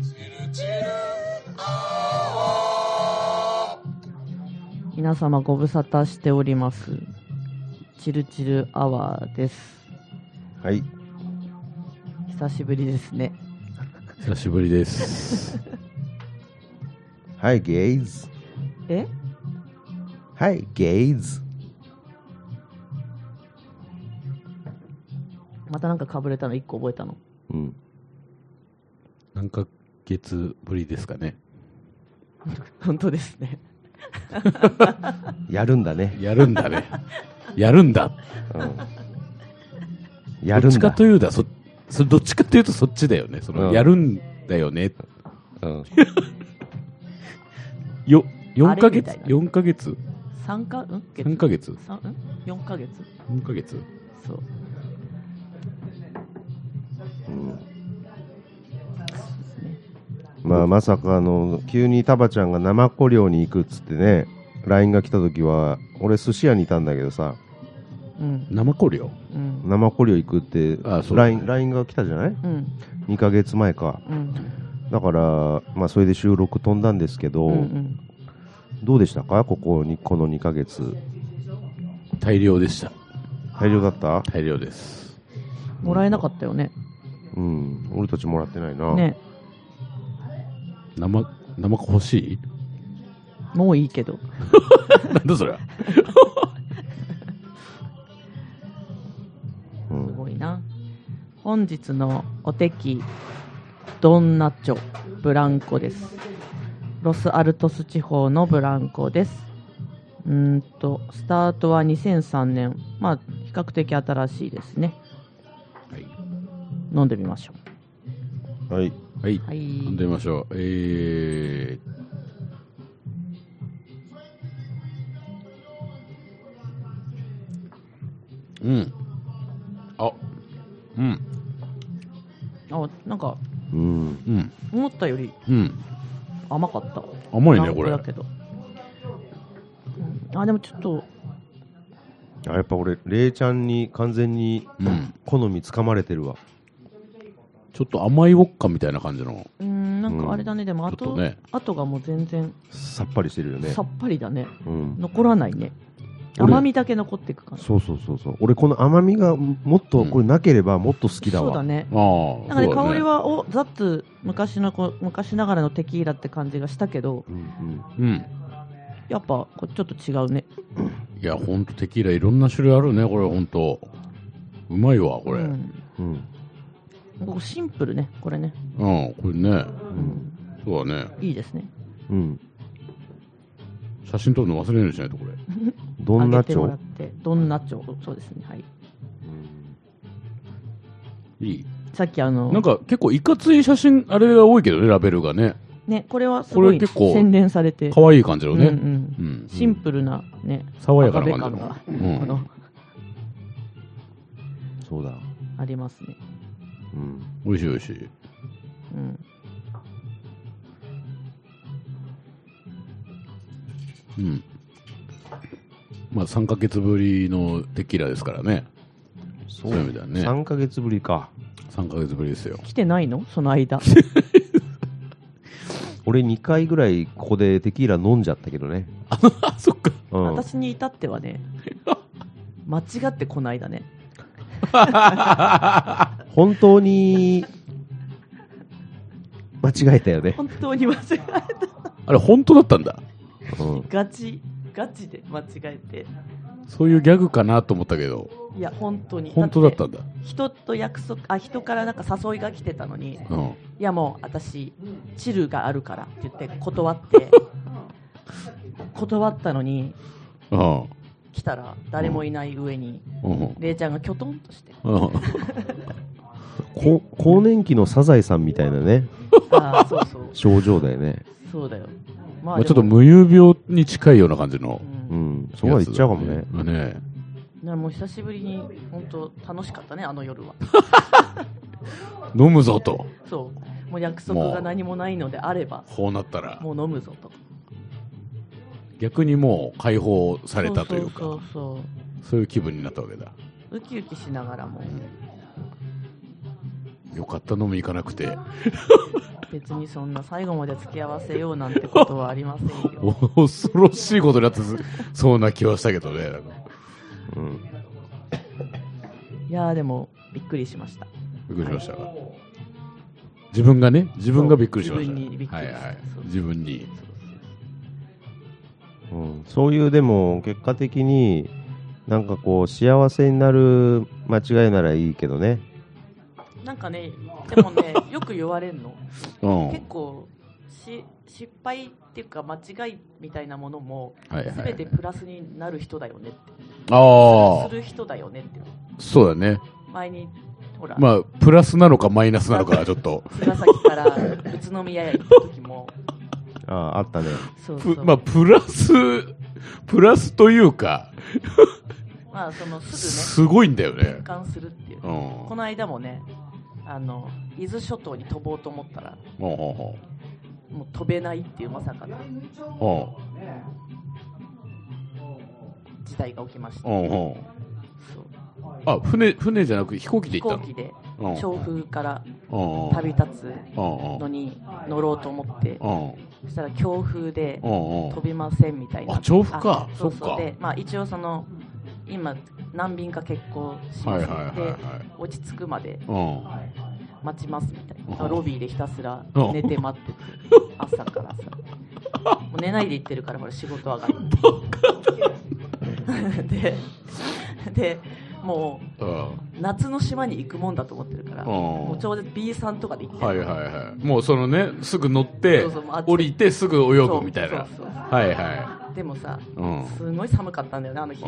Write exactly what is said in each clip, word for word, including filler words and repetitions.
皆様ご無沙汰しております。チルチルアワーです。 はい。 久しぶりですね。 久しぶりです。 はい、ゲイズ。 え？ はい、ゲイズ。 またなんかかぶれたのいっこ覚えたの？ うん。 何ヶ月ぶりですかね。 本当ですね。 やるんだね。 やるんだね。やるんだ。 うん、やるんだ。 どっちかというとそ、そどっちかというとそっちだよね。その、うん、やるんだよね。うん、よよんかげつよんかげつさんかんさんかげつさんんよんかげつよんかげつそう。 まあ、まさかあの急にタバちゃんがナマコ漁に行くっつってね ライン が来た時は俺寿司屋にいたんだけどさ、 うん、 ナマコ漁、 うん、 ナマコ漁行くってああ、 ライン、ライン が来たじゃない、うん、にかげつまえか、うん、だから、まあ、それで収録飛んだんですけど、うんうん、どうでしたかここにこのにかげつ。 大量でした。 大量だった？ 大量です。 もらえなかったよね。 うん、俺たちもらってないな。 ね。 生、生子欲しい？ もういいけど。 なんだそれは。 すごいな。本日のお敵、ドンナチョブランコです。ロスアルトス地方のブランコです。うーんと、スタートはにせんさんねん。まあ、比較的新しいですね。 はい。 飲んでみましょう。はい。 はい、はい、飲んでみましょう。えー、うん。あ、うん。 あ、なんか、 うん、 思ったより甘かった。 甘いねこれ。 だけど、うん、あでもちょっと、 あやっぱ俺レイちゃんに完全に好みつかまれてるわ。 ちょっと甘いウォッカみたいな感じの。 うーん、なんかあれだね、うん、でも後、ね、後がもう全然さっぱりしてるよね。 さっぱりだね、 うん、 残らないね。甘みだけ残っていく感じ。 そうそうそうそう。俺この甘みがもっとこれなければもっと好きだわ。 そうだね。 あなんかね、ね、香りはおザッツ昔のこ昔ながらのテキーラって感じがしたけど、うんうん、やっぱこれちょっと違うね。 いやほんとテキーラいろんな種類あるねこれ。ほんとうまいわこれ。うんうんここシンプルね、これね。 うん、これね。うん、そうだね。 いいですね。 うん。 写真撮るの忘れないようにしないとこれ。 どんなチョ？ どんなチョ？そうですね。はい。 うん、いい。 さっきあのなんか結構いかつい写真あれが多いけどねラベルがね。 ね、これはすごい洗練されて可愛い感じのね。うんうんうん、シンプルなね。 爽やかな感じの。 うん、このそうだ。 ありますね。 うん、美味しい美味しい。うん。うん。まあさんかげつぶりのテキーラですからね。そういう意味ではね。 さんかげつぶりか。 さんかげつぶりですよ。 来てないの？その間。 俺にかいぐらいここでテキーラ飲んじゃったけどね。 あ、そっか、 うん。私に至ってはね、間違ってこないだね。 本当に間違えたよね。 本当に間違えた。 あれ本当だったんだ。 うん、ガチガチで間違えて。 そういうギャグかなと思ったけど。 いや本当に。 本当だったんだ。 人と約束あ人からなんか誘いが来てたのに、うん、いやもう私チルがあるからって言って断って断ったのに。うん。来たら誰もいない上に、うん、レイちゃんがキョトンとして、うん、 更年期のサザエさんみたいなね。 あそうそう症状だよね。 そうだよ。 まあ、ちょっと無遊病に近いような感じの、 うん、そこまでいっちゃうかもね。 うん、ねもう久しぶりに本当楽しかったねあの夜は。 飲むぞと。 そうもう約束が何もないのであればこうなったらもう飲むぞと。 逆にもう解放されたというか、 そうそうそうそう、 そういう気分になったわけだ。 ウキウキしながらも、 よかった飲み行かなくて。 別にそんな最後まで付き合わせようなんてことはありませんよ。 恐ろしいことになってそうな気はしたけどね。 うん、 いやーでもびっくりしました。 びっくりしましたか、はい、自分がね、自分がびっくりしました。 自分にびっくりした。 はいはい、自分に。 うん、そういうでも結果的になんかこう幸せになる間違いならいいけどね。 なんかね、でもねよく言われるの、 うん、 結構し失敗っていうか間違いみたいなものも、 はいはい、 全てプラスになる人だよねって、 あする人だよねって。 そうだね。 前にほら、 まあプラスなのかマイナスなのかちょっと茅ヶ崎から宇都宮へ行った時もああ、あったね。 そうそう、 まあプラスプラスというかまあそのすぐね、 すごいんだよね。 転換するっていう、うん、この間もね、あの伊豆諸島に飛ぼうと思ったら、 うん、もう飛べないっていうまさかの、うん、事態が起きました。うんうん、そう、 あ、船船じゃなく飛行機で行ったの？ 飛行機で調布から旅立つのに乗ろうと思って、そしたら強風で飛びませんみたいな。 あ、調布か。 そうそう。で、まあ一応その今何便か欠航しますので、落ち着くまで待ちますみたいな。ロビーでひたすら寝て待ってて、朝からさ、もう寝ないで行ってるからほら仕事上がりででもう、うん、夏の島に行くもんだと思ってるから、うん、もうちょうど ビースリー とかで行ってる、 はいはいはい、もうそのね、すぐ乗ってそうそう降りてすぐ泳ぐみたいな。そうそうそう、はいはい。 でもさ、うん、すごい寒かったんだよねあの日、うん、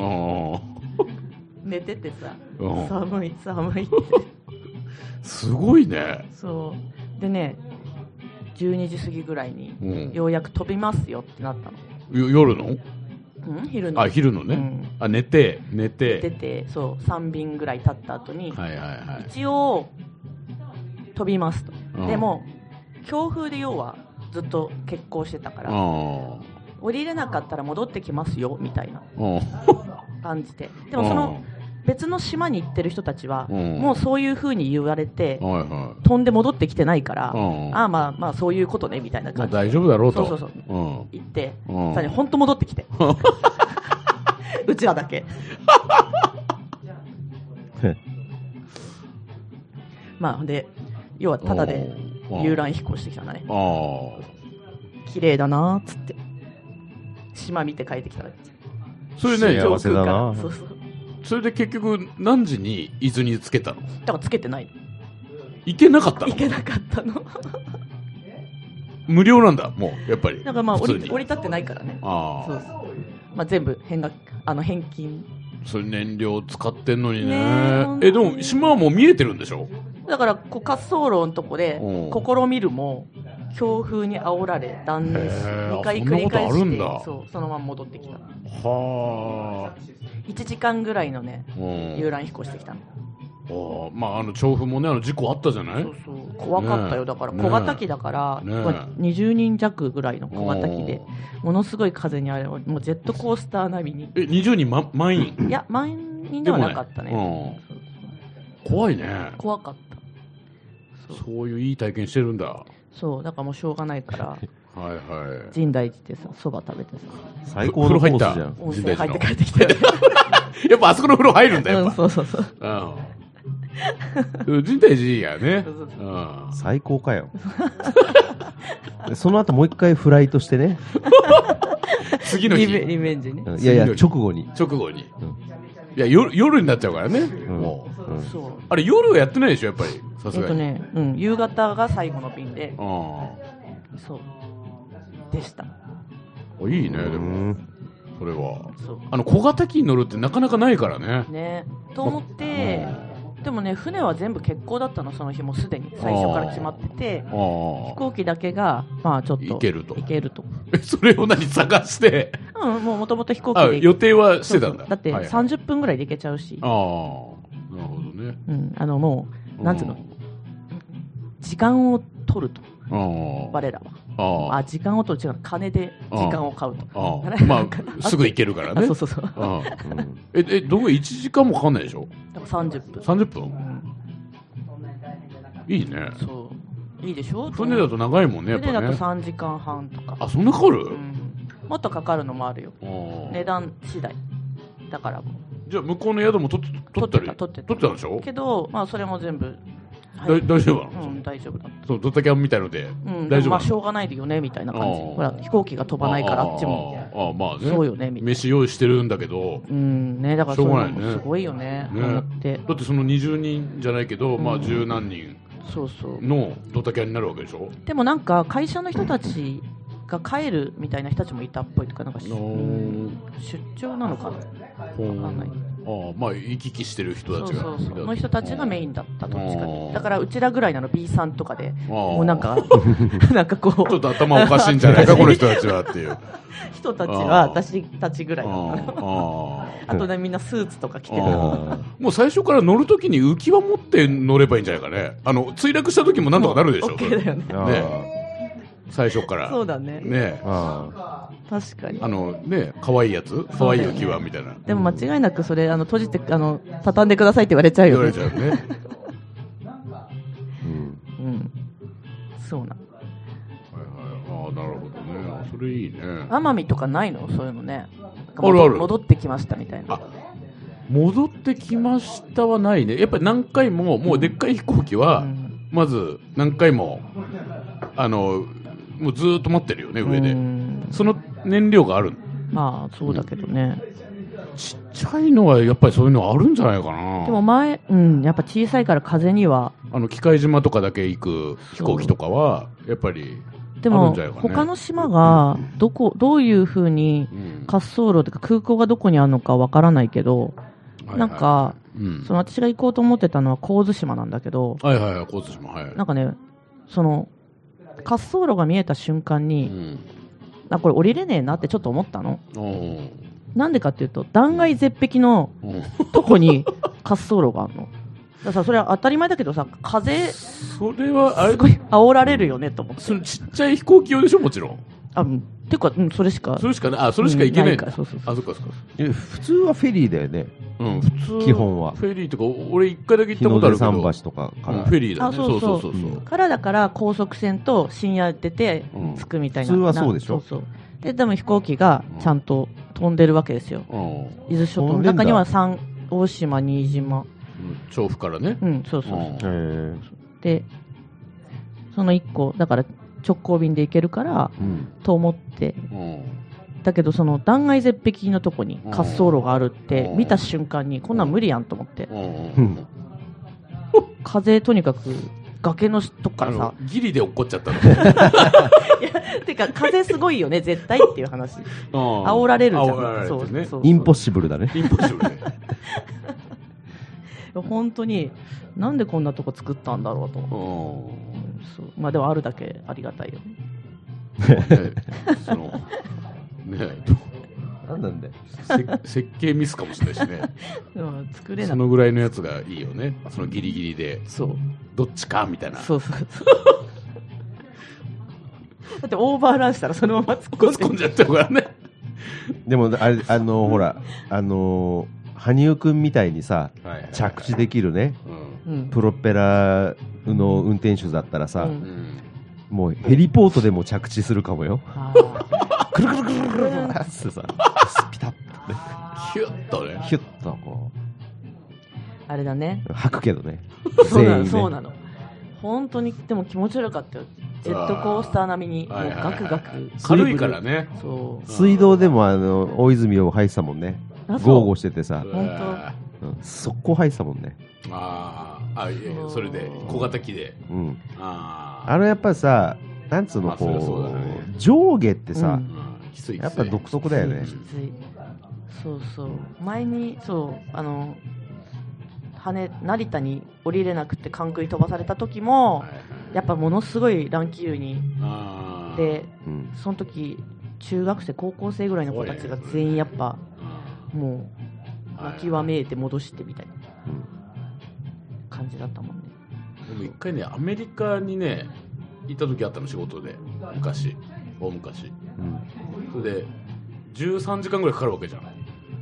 寝ててさ、うん、寒い寒いってすごいね。 そうでね、じゅうにじ過ぎぐらいに、うん、ようやく飛びますよってなったの。 夜の？ うん、昼の。 あ、昼のね、うん、あ、寝て寝て寝てて、そうさん便ぐらい経った後に、 はいはいはい、 一応飛びますと、うん、でも強風で要はずっと欠航してたから、うん、降りれなかったら戻ってきますよみたいな感じで、でもその別の島に行ってる人たちは、うん、もうそういう風に言われて、はいはい、飛んで戻ってきてないから、うん、ああまあまあそういうことねみたいな感じで、 大丈夫だろうと、 そうそうそう、うん、言って、うん、さらに本当戻ってきてうちらだけまあで要はタダで遊覧飛行してきたんだね。綺麗だなーっつって島見て帰ってきたら、 それね、幸せだな。 そうそう、 それで結局何時に伊豆につけたの？ だからつけてない。 行けなかったの？ 行けなかったの無料なんだ、もうやっぱり。 なんかまあ降り、降り立ってないからね。あ、そうそう、まあ、全部返学、あの返金。 それ燃料使ってんのにね。え、でも島はもう見えてるんでしょ？ だからこう滑走路のとこで試みるも強風に煽られ断念し、にかい繰り返して、そうそのまま戻ってきた。はあ。いちじかんぐらいのね、遊覧飛行してきたの。 あ、まあ、あの調布もね、あの事故あったじゃない？ そうそう、怖かったよ。だから小型機だから、ね、まあ、にじゅうにん弱ぐらいの小型機でものすごい風にあれ、もうジェットコースター並みに。 え、にじゅうにん、ま、満員？ いや、満員ではなかったね。 ね、そうそう、怖いね。 怖かった。 そう、そういういい体験してるんだ。 そう、だからもうしょうがないからはいはい、 深大寺でさ、そば食べてさ、 最高のコースじゃん。 温泉入って帰ってきたよやっぱあそこの風呂入るんだよ、やっぱ、 うん、そうそうそう、 うん、深大寺やね、そうそうそう、うん、 最高かよその後もう一回フライトしてね次の日リベ、リベンジね、 いやいや直後に直後に、うん、いや 夜, 夜になっちゃうからね、うん、もう、うん、そう、あれ夜はやってないでしょ、やっぱり、さすがに、 えっとね、うん、夕方が最後の便で、あ、そうでした。 いいね、でもそれはあの小型機に乗るってなかなかないからね。 ね、と思って、でもね、船は全部欠航だったの、その日もすでに最初から決まってて、飛行機だけがまあちょっと行けると。 行けると。 それを何探して？ うん、もう元々飛行機で予定はしてたんだ。 そうそう、だってさんじゅっぷんぐらいで行けちゃうし。 ああ、なるほどね。 うん、あのもうなんつうの、時間を取ると。我らはああ、時間を取る、違う、金で時間を買うと、ああまあすぐ行けるからねそうそうそう、ああ、 うん、ええ、どこいちじかんもかかんないでしょ。 だからさんじゅっぷんさんじゅっぷん、うん、 いいね。 そういいでしょ。 船だと長いもんね、やっぱね。 船だとさんじかんはんとか。 あ、そんなかかる？うん、 もっとかかるのもあるよ。値段次第だからもう。 じゃあ向こうの宿も取って取ったり取ってた取ってたでしょ。 けど、まあそれも全部大丈夫なの？ うん、大丈夫だ。 そう、ドタキャンみたいので、 うん、大丈夫。まあしょうがないよねみたいな感じ。ほら飛行機が飛ばないからあっちも。 ああ、まあね。 そうよねみたいな。 飯用意してるんだけど。 うんね、だからそういうのすごいよね。 ね。だってそのにじゅうにんじゃないけど、まあ十何人のドタキャンになるわけでしょ。 でもなんか会社の人たちが帰るみたいな人たちもいたっぽいとか、なんか出張なのかな。わかんない。 ああ、まあ行き来してる人たちがそうそうそうの人たちがメインだったどっちかだからうちらぐらいなの B さんとかでもうなんかなんかこうちょっと頭おかしいんじゃないかこの人たちはっていう人たちは私たちぐらいなのあとねみんなスーツとか着てるもう最初から乗るときに浮き輪持って乗ればいいんじゃないかね。あの墜落した時もなんとかなるでしょ。 OK だよね。 ね最初からそうだね。 ねあ確かにあのね可愛いやつ可愛い浮き輪みたいな、ね、 でも間違いなくそれあの閉じてあの畳んでくださいって言われちゃうよね。 言われちゃうねうん、うん、そうな、はいはい、ああなるほどね。それいいね。 奄美とかないのそういうのね。 あるある。 戻ってきましたみたいな。 あ戻ってきましたはないね。やっぱり何回ももうでっかい飛行機は、うん、まず何回もあのもうずーっと待ってるよね上で。その燃料がある。 まあそうだけどね、 うん、ちっちゃいのはやっぱりそういうのあるんじゃないかな。 でも前、うん、やっぱ小さいから風にはあの機械島とかだけ行く飛行機とかはやっぱりでも他の島がどこどういう風に滑走路とか空港がどこにあるのかわからないけど、うん、なんか、はいはいうん、その私が行こうと思ってたのは神津島なんだけど、 はいはいはい神津島はいなんかねその滑走路が見えた瞬間に、うん、あこれ降りれねえなってちょっと思ったの。なんでかっていうと断崖絶壁のとこに滑走路があるの。だからそれは当たり前だけどさ風それはあれすごい煽られるよねと思って。 それちっちゃい飛行機用でしょもちろん。 あうんていうか、うん、それしかそれしかあそれしか行けない。 ないそうそうそうあそっかそっか。 え普通はフェリーだよね。 うん普通基本はフェリーとか俺一回だけ行ったことあるけど日の出桟橋とかから、 うん、フェリーだね。 そうそうそうそう、うん、からだから高速船と深夜出て着くみたいな、 うん、普通はそうでしょ。 そうそうででも飛行機がちゃんと飛んでるわけですよ、うん、伊豆諸島の中には三大島新島、うん、 調布からね。 うんそうそうそう、うん、でそのいっこだから直行便で行けるから、うん、と思って、うん、だけどその断崖絶壁のとこに滑走路があるって見た瞬間にこんなん無理やんと思って、うん、風とにかく崖のとこからさギリで落っこっちゃったの。いやてか風すごいよね絶対っていう話。煽られるじゃん。煽られる、ね、そうそうそうインポッシブルだね。 インポッシブルね。 本当になんでこんなとこ作ったんだろうと思って、うん、そうまあでもあるだけありがたいよね。 ねそのねなんなんだよ設計ミスかもしれないしね。 うん作れない。 そのぐらいのやつがいいよね。そのギリギリでそうどっちかみたいな。 そうそうそうだってオーバーランしたらそのまま突っ込ん突っ込んじゃったからね。 でもあれあのほらあの羽生くんみたいにさ、はいはいはい、着地できるね、うん、プロペラの運転手だったらさ、うん、もうヘリポートでも着地するかもよ。くるくるくるくるくるってさピタッとねヒュッとねヒュッとこうあれだね吐くけどね。 そうなの、ね、そうなの本当に。でも気持ち悪かったよ。ジェットコースター並みにもうガクガク軽いからね。 そう水道でもあの大泉洋入ってたもんね。ゴーゴーしててさ本当、うん、速攻入ってたもんね。 ああそれで小型機で、 うん、ああのやっぱりさなんつうのこう、まあそうだね、上下ってさ、うん、 きついきついやっぱ独特だよね。 きついそうそう前にそうあの羽成田に降りれなくて関空に飛ばされた時も、はいはい、やっぱものすごい乱気流にで、うん、その時中学生高校生ぐらいの子たちが全員やっぱもう泣きわめいて戻してみたいな感じだったもんね。 でも一回ねアメリカにね行った時あったの仕事で昔大昔、うん、それでじゅうさんじかんぐらいかかるわけじゃん。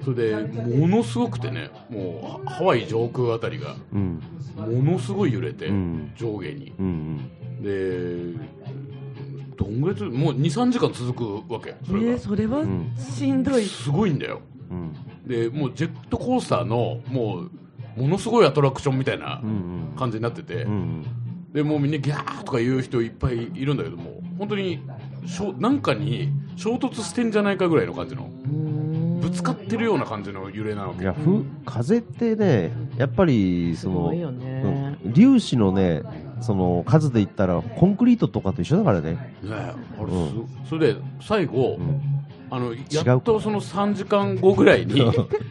それでものすごくてね、もうハワイ上空あたりがものすごい揺れて、うん、上下に、うんうん、でどんぐらいもう にさんじかん続くわけ。それが、 えー、それはしんどい、 すごいんだよ、うん、でもうジェットコースターのもうものすごいアトラクションみたいな感じになってて、うんうん、でもうみんなギャーとか言う人いっぱいいるんだけども、本当になんかに衝突してんじゃないかぐらいの感じの、ぶつかってるような感じの揺れなわけ。 いや、ふ風ってね、やっぱりその、 ね、 うん、粒子のね、その数で言ったらコンクリートとかと一緒だからね。ね、 あれ、うん、それで最後、うん、あのやっとそのさんじかんごぐらいに、うん、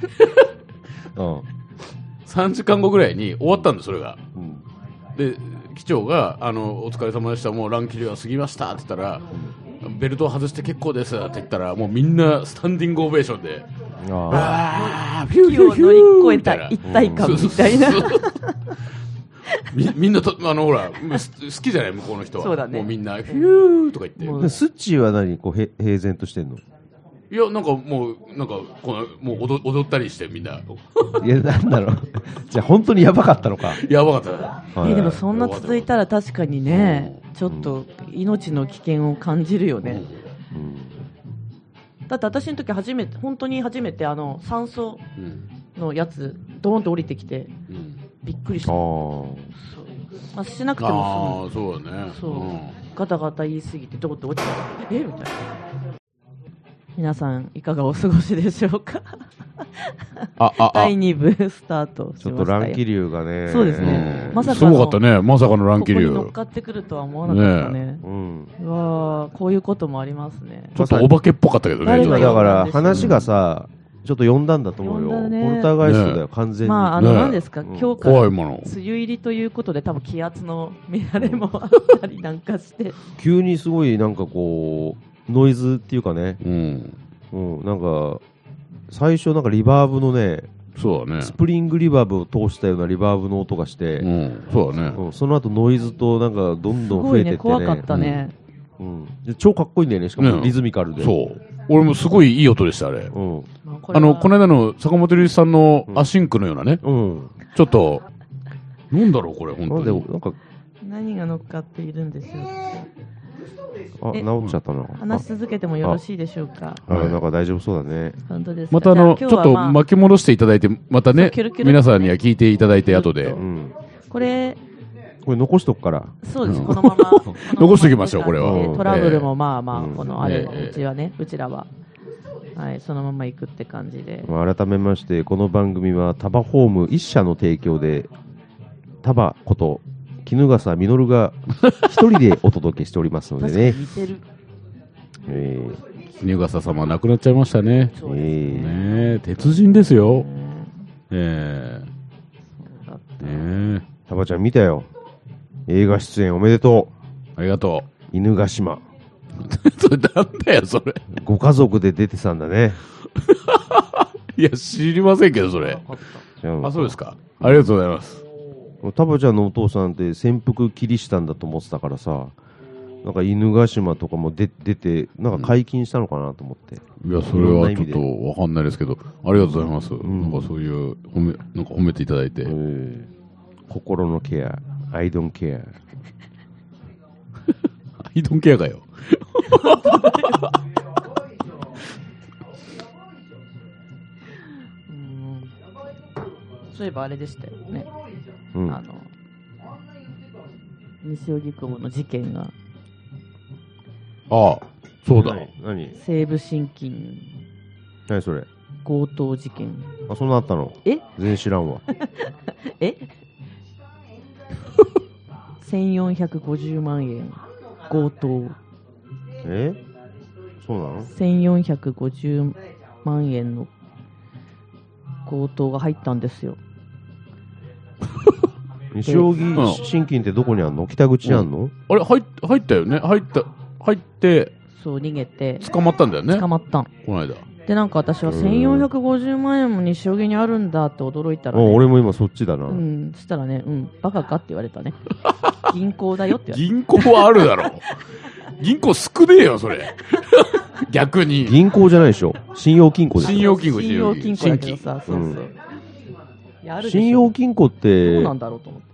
さんじかんごぐらいに終わったんです、それが、うん、で機長があのお疲れ様でした、もう乱気流は過ぎましたって言ったら、うん、ベルトを外して結構ですって言ったら、もうみんなスタンディングオベーションで、 ああ、フィューフィュー乗り越えた一体感みたいな、 み, みんなとあのほら好きじゃない、向こうの人は。 そうだね、 もうみんなフューとか言って。 スッチーは何こうへ平然としてんの？ いや、なんかもうなんかこのもう 踊, 踊ったりしてみんな。 いや、なんだろうじゃあ本当にやばかったのか。 やばかった、 はい、えでもそんな続いたら確かにね、うん、ちょっと命の危険を感じるよね、うんうん、だって私の時初めて本当に初めてあの酸素のやつ、うん、ドーンと降りてきて、うん、びっくりした。あ、まあ、しなくても済む。あ、そうだね。 そう、うん、ガタガタ言いすぎてどこって落ちたえみたいな。皆さんいかがお過ごしでしょうか。 ああだいに部スタートしましたよ。 ちょっと乱気流がね。 そうですね、うん、まさかすごかったね、まさかの乱気流、 ここに乗っかってくるとは思わなかったね。ね、うん、うわこういうこともありますね。 ちょっとお化けっぽかったけどね。 だから話がさ、ちょっと呼んだんだと思うよ。ね、ポルターガイストだよ、ね、完全に。 まあ、あの、 ね、 何ですか、今日から梅雨入りということで、多分気圧の乱れもあったりなんかして。 急にすごいなんかこう、ノイズっていうかね、うん。うん、なんか、最初なんかリバーブのね、 そうだね、 スプリングリバーブを通したようなリバーブの音がして、うん、そうだね、うん、その後ノイズとなんかどんどん増えてってね。 すごいね、怖かったね。 うんうん、超かっこいいんだよね、しかもリズミカルで。 ね、そう。俺もすごいいい音でした、あれ。うん、あの、この間の坂本龍一さんのアシンクのようなね、うん、ちょっと、なんだろう、これ、本当に。なんでなんか何が乗っかっているんでしょうか。あ、治っちゃったな。 話し続けてもよろしいでしょうか。 あ、なんか大丈夫そうだね。 本当ですか。 またあの、ちょっと巻き戻していただいて、またね、皆さんには聞いていただいて、後で。 これ、 これ残しとくから。 そうです、このまま。 残しておきましょう、これは。 トラブルもまあまあ、このある、うちはね、うちらは。はい、そのまま行くって感じで。 改めまして、この番組はタバホーム一社の提供で、タバこと衣笠実が一人でお届けしておりますのでね。 似てる。 えー、衣笠様亡くなっちゃいましたね。えー、ね、鉄人ですよ。ええー、タバちゃん見たよ。映画出演おめでとう。ありがとう。犬ヶ島。 それなんだよ、それ。 ご家族で出てたんだね。 いや、知りませんけど、それ。あ、そうですか。ありがとうございます。 タバちゃんのお父さんって潜伏キリシタンだと思ってたからさ、なんか犬ヶ島とかも出て、なんか解禁したのかなと思って。 うん、いや、それはちょっとわかんないですけど、ありがとうございます。うん、なんかそういう褒め、なんか褒めていただいて。えー、 心のケア、I don't care。 I don't care かよ。 うん、そういえばあれでしたよね。うん、あの西荻窪の事件が。 ああ、そうだ。 何？ 西武新金。 何それ？ 強盗事件。 あ、そんなあったの？ え？ 全然知らんわ。 え？せんよんひゃくごじゅうまんえん強盗。 え？そうなの？ せんよんひゃくごじゅうまんえんの強盗が入ったんですよ。 西荻新金ってどこにあんの？北口にあんの？ うん、あれ入っ入ったよね。入った入ってそう逃げて捕まったんだよね。 捕まったん。 この間。 でなんか私はせんよんひゃくごじゅうまんえんも西荻にあるんだって驚いたら、ね、 俺も今そっちだな。 うん。そしたらね、うんバカかって言われたね。銀行だよって言われた。 銀行はあるだろう。銀行少ねえよそれ。 逆に銀行じゃないでしょ。信用金庫ですよ。 信用金庫、 信用金庫だけどさ、そうそう。うん、やるでしょ。 信用金庫って、 どうなんだろうと思って。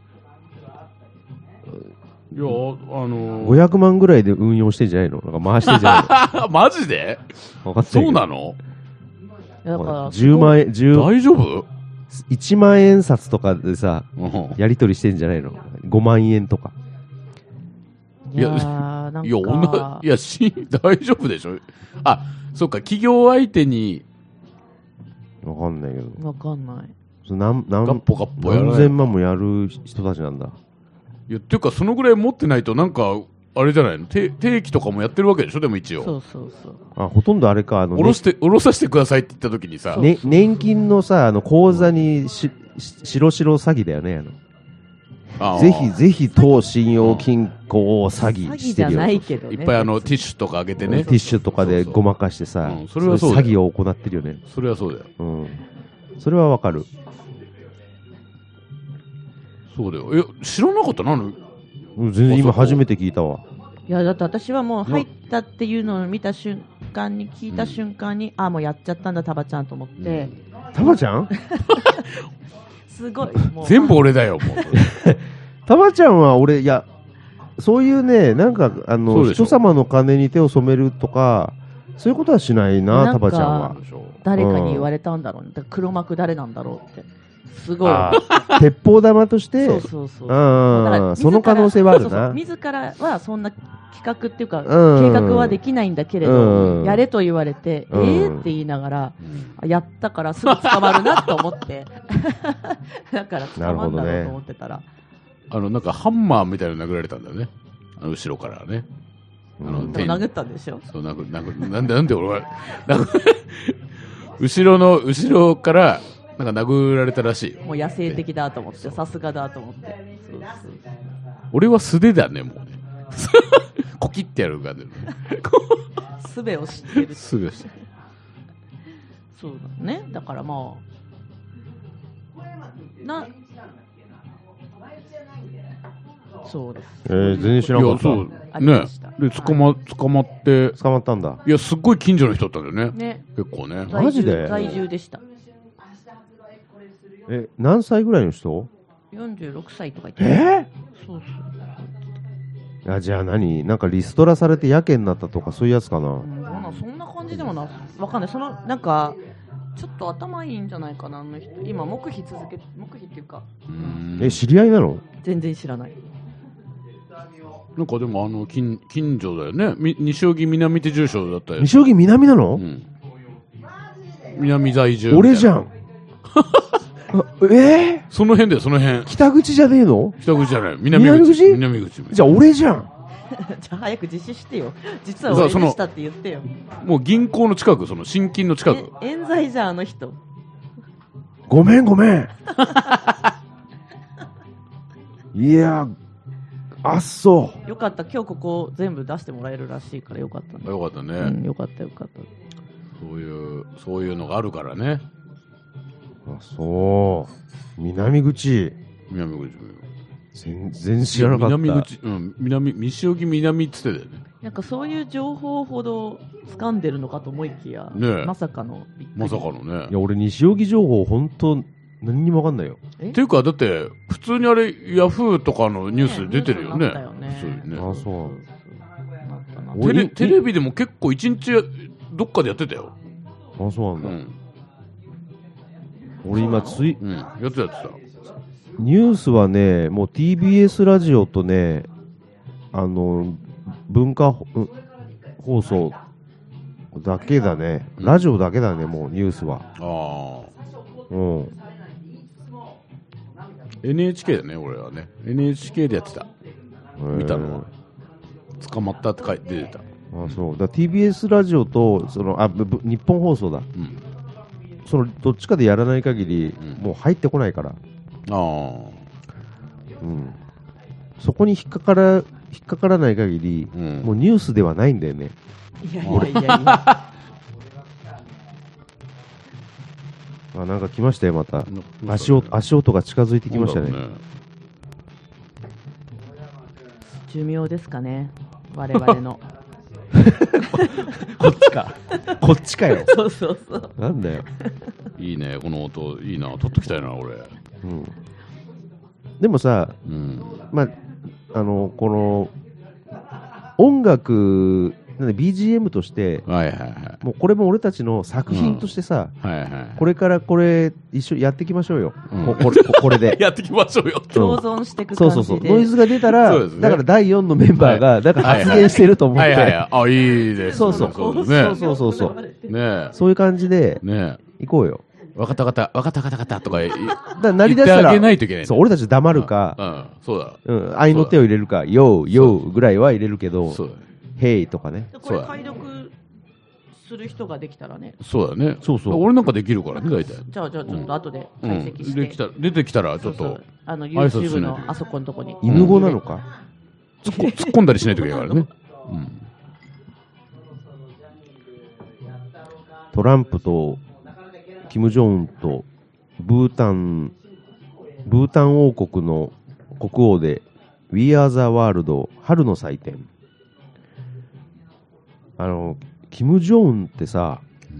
いや、あのー、 ごひゃくまんぐらいで運用してんじゃないの？なんか回してんじゃないの？ マジで？分かってる。そうなの？ だからじゅうまんえん、じゅう大丈夫？ いちまんえん札とかでさ、うん、やり取りしてんじゃないの？ごまんえんとか。 いや、いや、なんかいや、おないやし、大丈夫でしょ？あ、そっか、企業相手に。 わかんないけど。 わかんない。 何、何、 ガッポガッポやらない。 何千万もやる人たちなんだ。 いや、っていうか、そのぐらい持ってないと、なんか、あれじゃないの？定期とかもやってるわけでしょ？でも一応。 そうそうそう。 あ、ほとんどあれか、あの、 ね、おろして、おろさせてくださいって言った時にさ。 ね、年金のさ、あの、口座にし、白白詐欺だよね、あの。あぜひぜひ当信用金庫を詐欺してるよ。 詐欺じゃないけどね。 いっぱいあの、ティッシュとかあげてね。 ティッシュとかでごまかしてさ、 うん、それはそう詐欺を行ってるよね。 それはそうだよ。 うん。それはわかる。 そうだよ。え、知らなかったなの？ 全然今初めて聞いたわ。 いやだって私はもう入ったっていうのを見た瞬間に聞いた瞬間に、うん、あもうやっちゃったんだタバちゃんと思って、 うん、タバちゃんすごいもう全部俺だよもうタバちゃんは俺いやそういうねなんかあの人様の金に手を染めるとかそういうことはしないなタバちゃんは。 誰かに言われたんだろうね。だから黒幕誰なんだろうってすごい鉄砲玉としてそうそうそうあその可能性はあるな。そうそう自らはそんな企画っていうか、うん、計画はできないんだけれど、うん、やれと言われて、うん、えーって言いながら、うん、やったからすぐ捕まるなと思ってだから捕まるんだろうと思ってたら、 ね、あのなんかハンマーみたいなの殴られたんだよねあの後ろからね。 あの殴ったんでしょ。 そう殴殴なんでなんで俺は後ろの後ろからなんか殴られたらしい。 もう野生的だと思ってさすがだと思ってそうそう俺は素手だねもうねコキってやる感じすべを知ってるすべを知ってるそうだね。だからまあなそうです。 えー、全然知らなかった。 そうね。で捕ま捕まって捕まったんだ。 いやすっごい近所の人だったんだよね。 ね結構ね。 マジで？ 在住でした。 え何歳ぐらいの人？ よんじゅうろくさいとか言ってた。えー？そうそう。あじゃあ何なんかリストラされてやけになったとかそういうやつかな。うん、 そんな感じでもなわかんない。そのなんかちょっと頭いいんじゃないかなあの人。今黙秘続け黙秘っていうか。 うんえ知り合いなの？ 全然知らない。 なんかでもあの 近, 近所だよね。西荻南って住所だったよ。 西荻南なの？うん、 南在住。 俺じゃん。えー、 その辺だよその辺。 北口じゃねえの？ 北口じゃない。南口。 南口？ 南口。 じゃあ俺じゃん。 じゃあ早く実施してよ。実は俺でしたって言ってよ。 もう銀行の近くその新金の近く。 冤罪じゃんあの人。 ごめんごめん。いや。あっそうよかった今日ここ全部出してもらえるらしいからよかったね。 よかったね、 うん、よかったよかったそういうそういうのがあるからね。 あそう南口南口全然知らなかった。 南口うん南西荻南っつってたよね。 なんかそういう情報ほど掴んでるのかと思いきや、 ね、 まさかのまさかのね。 いや俺西荻情報本当何にも分かんないよ。 っていうかだって普通にあれヤフーとかのニュース出てるよね。 ねあそうテレテレビでも結構一日どっかでやってたよ。 あそうなんだ、うん、俺今つい、 うん、やってたやってた。 ニュースはねもう ティービーエス ラジオとねあの文化放送だけだね、うん、ラジオだけだねもうニュースは。 ああうん。 エヌエイチケー だね俺はね エヌエイチケー でやってた見たのは捕まったって書いて出てた。 あそうだ ティービーエス ラジオとそのあ日本放送だ、うん、そのどっちかでやらない限り、うん、もう入ってこないから。ああ、 うん、そこに引っかから引っかからない限り、うん、もうニュースではないんだよね。 いやいやいやいやあなんか来ましたよまた。足音足音が近づいてきましたね。 寿命ですかね我々のこっちかこっちかよ。 そうそうそう。 なんだよ。 いいね、この音いいな、取っときたいな俺。 うん。でもさ、うん、まああのこの音楽なんで ビージーエム として、はいはいはい、もうこれも俺たちの作品としてさ、うんはいはい、これからこれ一緒やっていきましょうよ、うん、こ, こ, れこれでやっていきましょうよ、 共存していく感じで、 そうそうそう、ノイズが出たら、ね、だからだいよんのメンバーがだから発言してると思って、はいはいはいはい、 あいいです、 そうそうそう、ね、そうそうそう、ね、そういう感じで、ね、行こうよ。 わかったわかったわかったわかったとか言ってあげないといけない。 そう、俺たち黙るか、 うんうん、そうだ、 うん、愛の手を入れるか、ヨーヨーぐらいは入れるけど、ヘイとかね。 これ解読する人ができたらね。 そうだね。そうそう。俺なんかできるからね、大体。 じゃあ、じゃあちょっと後で解析して。 うん、できた出てきたら、ちょっと。そうそうあの、YouTube のあそこのとこに。 犬語なのか、 うん、突っ込んだりしないといけないからね。うん、 トランプと、キム・ジョンウンと、ブータン、ブータン王国の国王で、We Are the World 春の祭典。あの、キム・ジョンウンってさ、うん、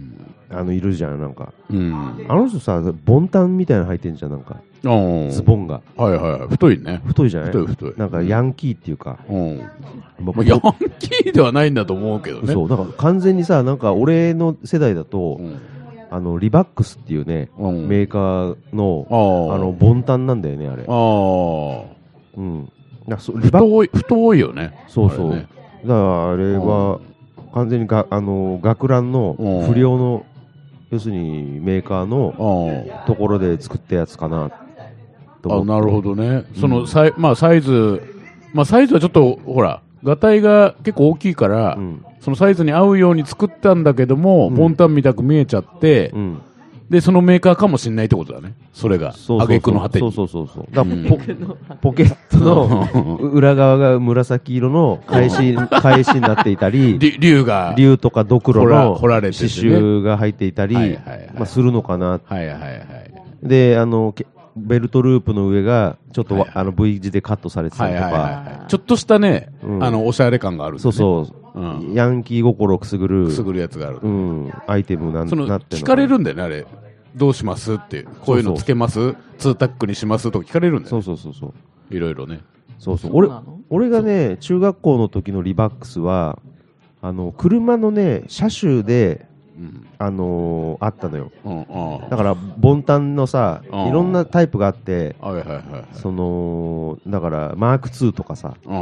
あの、いるじゃん、なんか。うん、あの人さ、ボンタンみたいなの履いてんじゃん、なんか。ズボンが。 はいはい。太いね。 太いじゃない？ 太い太い。 なんか、ヤンキーっていうか。うん。 まあ、ヤンキーではないんだと思うけどね。 そう、だから完全にさ、なんか、俺の世代だと、うん、あの、リバックスっていうね、うん、メーカーの、あの、ボンタンなんだよね、あれ。ああ。うん。 太い、太いよね。 そうそう。ね、だからあれは、完全にが、あの、学ランの不良の、要するにメーカーのところで作ったやつかなと思って。 あ、なるほどね。そのサイ、まあサイズ、まあサイズはちょっと、ほら、ガタイが結構大きいから、うん、そのサイズに合うように作ったんだけども、うん、ボンタンみたく見えちゃって、うん、で、そのメーカーかもしれないってことだね。それが。挙句の果てに。 そうそうそうそう。だからポ、ポケットの裏側が紫色の返し、返しになっていたり、 竜が、 竜とかドクロの刺繍が入っていたり、まあするのかな。はいはいはい。で、あの、ベルトループの上が、ちょっと、はいはい、あの V 字でカットされてたりとか、はいはいはい、 ちょっとしたね、うん、あの、おしゃれ感があるんで、ね。 そうそう、うん。ヤンキー心をくすぐる。 くすぐるやつがある。 うん。アイテムなんそのなって聞かれるんだよね、あれ。どうしますって。こういうのつけます？ツータックにしますとか聞かれるんだよ、ね。 そうそうそうそう。 いろいろね。 そうそう。俺、俺がね、中学校の時のリバックスは、あの、車のね、車種で、うん、あのー、あったのよ、うんうん、だからボンタンのさ、うん、いろんなタイプがあって、はいはいはい、そのだからマークツーとかさ、うん、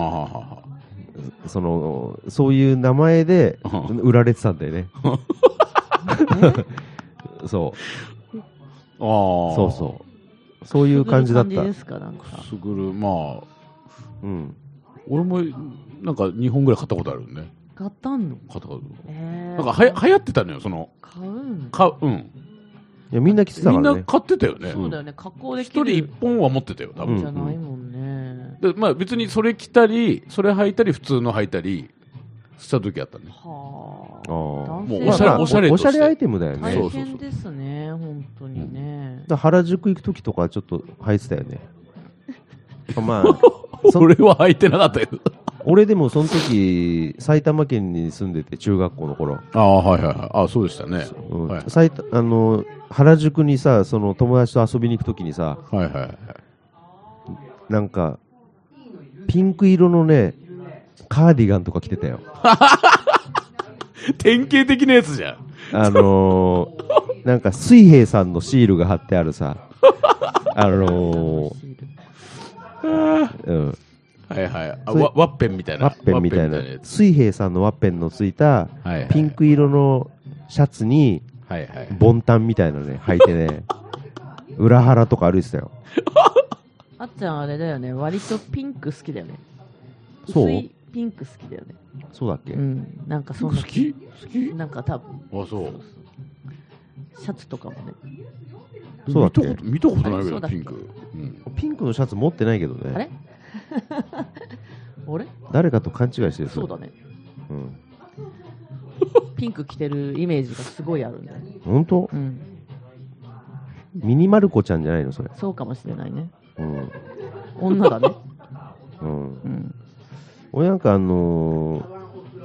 そのそういう名前で売られてたんだよねそうあそうそうそういう感じだった。 ですか、なんかすぐる、まあ、うん、俺もなんかにほんぐらい買ったことあるよね。 買ったんの？ 買ったこと。えー、なんかはや流行ってたのよ、その。 買うん買う、うん。 いや、みんな着てたからね。 みんな買ってたよね。 そうだよね、加工できる。 一人一本は持ってたよ、多分。 じゃないもんね。 で、まあ別にそれ着たり、それ履いたり、普通の履いたりした時あったね。はあ。もうおしゃれ、おしゃれおしゃれアイテムだよね。 大変ですね、本当にね。 だ原宿行く時とかちょっと履いてたよね。まあ、 俺は履いてなかったよ。 俺でもその時埼玉県に住んでて、中学校の頃。 ああ、はいはいはい。ああ、そうでしたね。 うんはい、埼あの原宿にさ、その友達と遊びに行く時にさ、はいはいはい、なんかピンク色のねカーディガンとか着てたよ。 典型的なやつじゃん。 あのー、なんか水平さんのシールが貼ってあるさ、あのー、うん。 はいはい。あ、ワッペンみたいな。 ワッペンみたいな。水平さんのワッペンのついた、ピンク色のシャツに、はいはい、ボンタンみたいなね、履いてね、裏腹とか歩いてたよ。 あっちゃんあれだよね、割とピンク好きだよね。 そう？ 薄いピンク好きだよね。 そうだっけ？ うん。なんかそんな。 好き？好き？ なんか多分。 あ、そう。そうそうシャツとかもね。 そうだっけ？ 見たことないけど、ピンク、 うん。ピンクのシャツ持ってないけどね。 あれ？あれ？ 誰かと勘違いしてる。 そうだね。うん。ピンク着てるイメージがすごいあるんだよ。 本当？うん。ミニマルコちゃんじゃないのそれ？ そうかもしれないね。うん。女だね。うん。うん。 俺なんかあのー、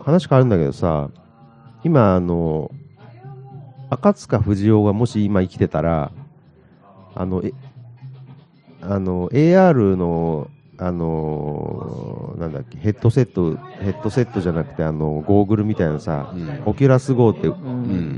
話変わるんだけどさ、今あの赤塚不二夫がもし今生きてたら、あのえあの エーアール のあのー、なんだっけヘッドセットヘッドセットじゃなくてあのゴーグルみたいなさ、うん、オキュラスゴーって、うん、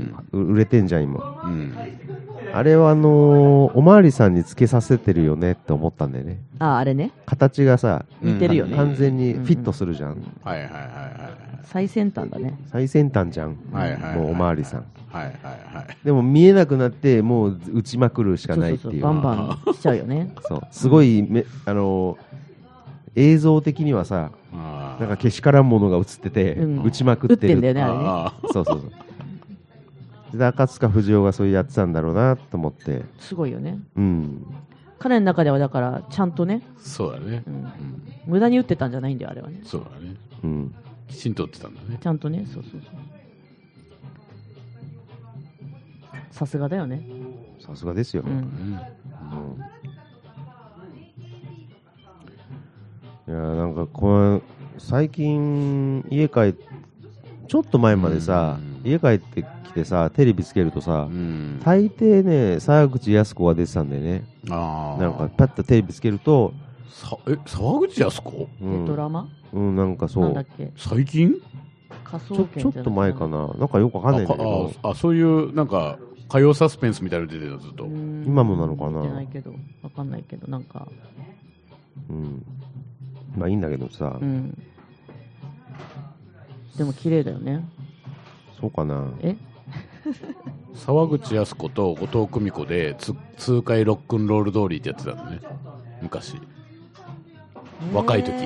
売れてんじゃん今、うん、あれはあのー、おまわりさんにつけさせてるよねって思ったんだよね。 ああれね、 形がさ似てるよね、 完全にフィットするじゃん、うんうん、 はいはいはいはい、 最先端だね。 最先端じゃん、はいはいはいはい、もうおまわりさん、 はいはいはい、でも見えなくなってもう打ちまくるしかないっていう、そうそうそう、 バンバンしちゃうよねそうすごいめあのー映像的にはさ、なんかけしからんものが映ってて、うん、打ちまくってる。 打ってんだよね、あれね。 そうそうそう。で、赤塚不二夫がそういうやってたんだろうなと思って。 すごいよね。 うん。 彼の中ではだからちゃんとね。 そうだね。うんうん、無駄に打ってたんじゃないんだよ、あれはね。 そうだね。 うん。 きちんと打ってたんだね。 ちゃんとね、そうそうそう。さすがだよね。 さすがですよ。うん。うんいやなんかこれ最近家帰っちょっと前までさ、うん、家帰ってきてさテレビつけるとさ、うん、大抵ね沢口靖子が出てたんだよね。あなんかパッとテレビつけるとさえ沢口靖子、 うん、ドラマうんなんかそうなんだっけ最近科捜研ちょ、ちょっと前かななんかよくわかんないんだけどあ, あ, あそういうなんか歌謡サスペンスみたいなの出てるのずっと今もなのかな出ないけどわかんないけどなんかうんまあいいんだけどさ、うん、 でも綺麗だよね。 そうかな。 え沢口靖子と後藤久美子でつ痛快ロックンロール通りってやってたのね昔若い時。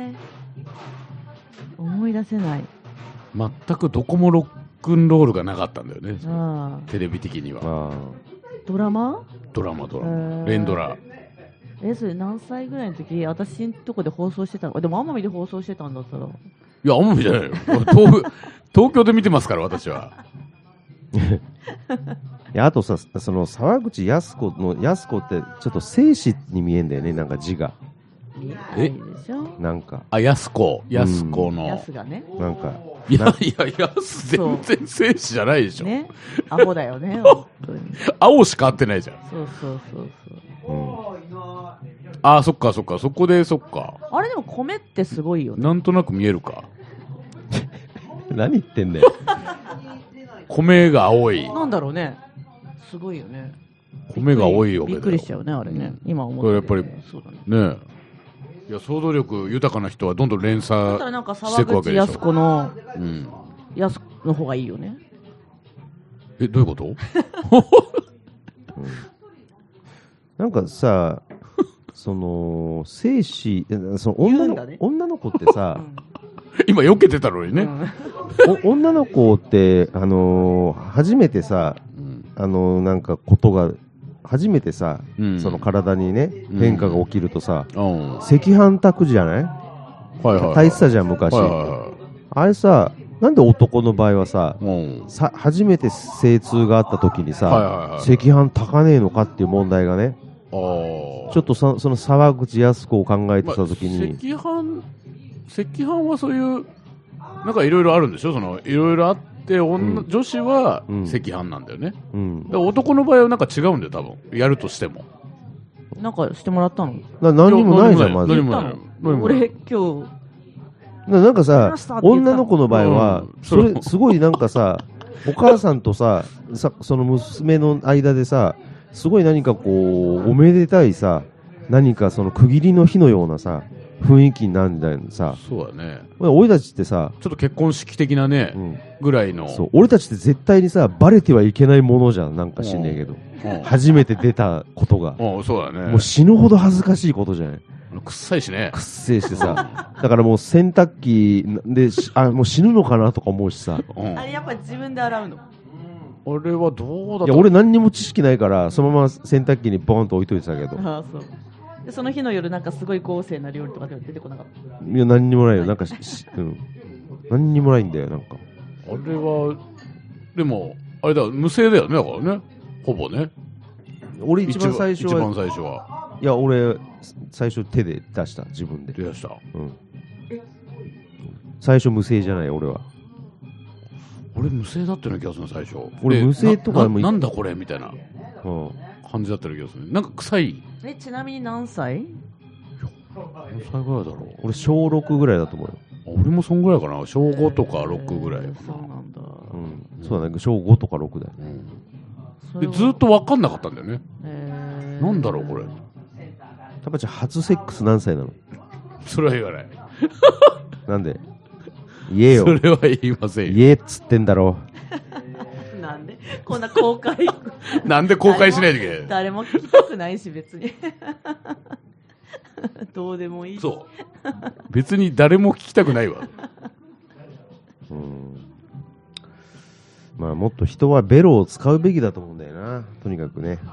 思い出せない。 全くどこもロックンロールがなかったんだよねテレビ的には。あドラマドラマドラマ連ドラ。 えそれ何歳ぐらいの時私んとこで放送してたの。でも奄美で放送してたんだったら。いや奄美じゃないよ東, 東京で見てますから私は。 いやあとさその沢口靖子の靖子ってちょっと生死に見えんだよねなんか字が。 えなんかあ靖子靖子の靖がねなんかいやいや靖全然生死じゃないでしょ。 ねアホだよね青しか合ってないじゃん。 そうそうそうそう。うんああそっかそっかそこでそっか。 あれでも米ってすごいよね。 なんとなく見えるか何言ってんだよ米が青い。 なんだろうねすごいよね。 米が青いよびっくりしちゃうねあれね、うん、今思って、 ね、やっぱりそうだね。ねいや想像力豊かな人はどんどん連鎖していくわけでしょ。 沢口靖子の靖子の方がいいよね。 えどういうこと、うん、 なんかさその精子その 女, の、ね、女の子ってさ、うん、 今避けてたのにね、 うん、女の子ってあのー、初めてさ、うん、あのー、なんかことが初めてさ、うん、その体にね変化が起きるとさ、うん、赤飯炊くじゃない、はいはいはい、炊いてたじゃん昔、はいはいはい、あれさなんで男の場合はさ、うん、さ初めて精通があった時にさ、はいはいはい、赤飯炊かねえのかっていう問題がねあちょっと そ, その沢口靖子を考えてた時に、 まあ、赤飯赤飯はそういうなんかいろいろあるんでしょ。そのいろいろあって女、うん、女子は赤飯なんだよね、うん、だから男の場合はなんか違うんだよ多分やるとしても。 なんかしてもらったのな何にもないじゃんまず。 何もない俺今日な, なんかさ女の子の場合は、うん、それすごいなんかさお母さんとささその娘の間でさすごい何かこうおめでたいさ何かその区切りの日のようなさ雰囲気になるんだよさ。 そうだね。 俺たちってさちょっと結婚式的なね、うん、ぐらいのそう俺たちって絶対にさバレてはいけないものじゃんなんか知んねえけど、うん、初めて出たことが、 うん、そうだね。 もう死ぬほど恥ずかしいことじゃない。 くっさいしね。 くっせえしてさだからもう洗濯機であもう死ぬのかなとか思うしさ、 うん、あれやっぱ自分で洗うの。 あれはどうだった。 いや俺何にも知識ないからそのまま洗濯機にボーンと置いといてたけど。ああそうでその日の夜なんかすごい豪勢な料理とかでは出てこなかった。 いや何にもないよなんか、うん、何にもないんだよなんか。 あれはでもあれだ無声だよねだからねほぼね。 俺一番最初は一番最初はいや俺最初手で出した自分で出した、うん、 最最初無声じゃない、俺は。 俺無声だったような気がする最初。 俺無声とかもな、なんだこれみたいな感じだったような気がする。なんか臭い。 え、ちなみに何歳？ 何歳ぐらいだろう。 俺小ろくぐらいだと思うよ。 俺もそんぐらいかな。小ごとかろくぐらいかな。 そうなんだ。 うん、そうだね、小ごとかろくだよ。 うん、でずっと分かんなかったんだよね。 えー、 なんだろうこれ。 タバちゃん初セックス何歳なの？ それは言わない。 なんで？言えよ。 それは言いませんよ。 言えっつってんだろう。なんでこんな公開なんで公開しないといけない？ 誰も聞きたくないし別に。どうでもいい。 そう別に誰も聞きたくないわ。 うん、まあもっと人はベロを使うべきだと思うんだよな。とにかくね、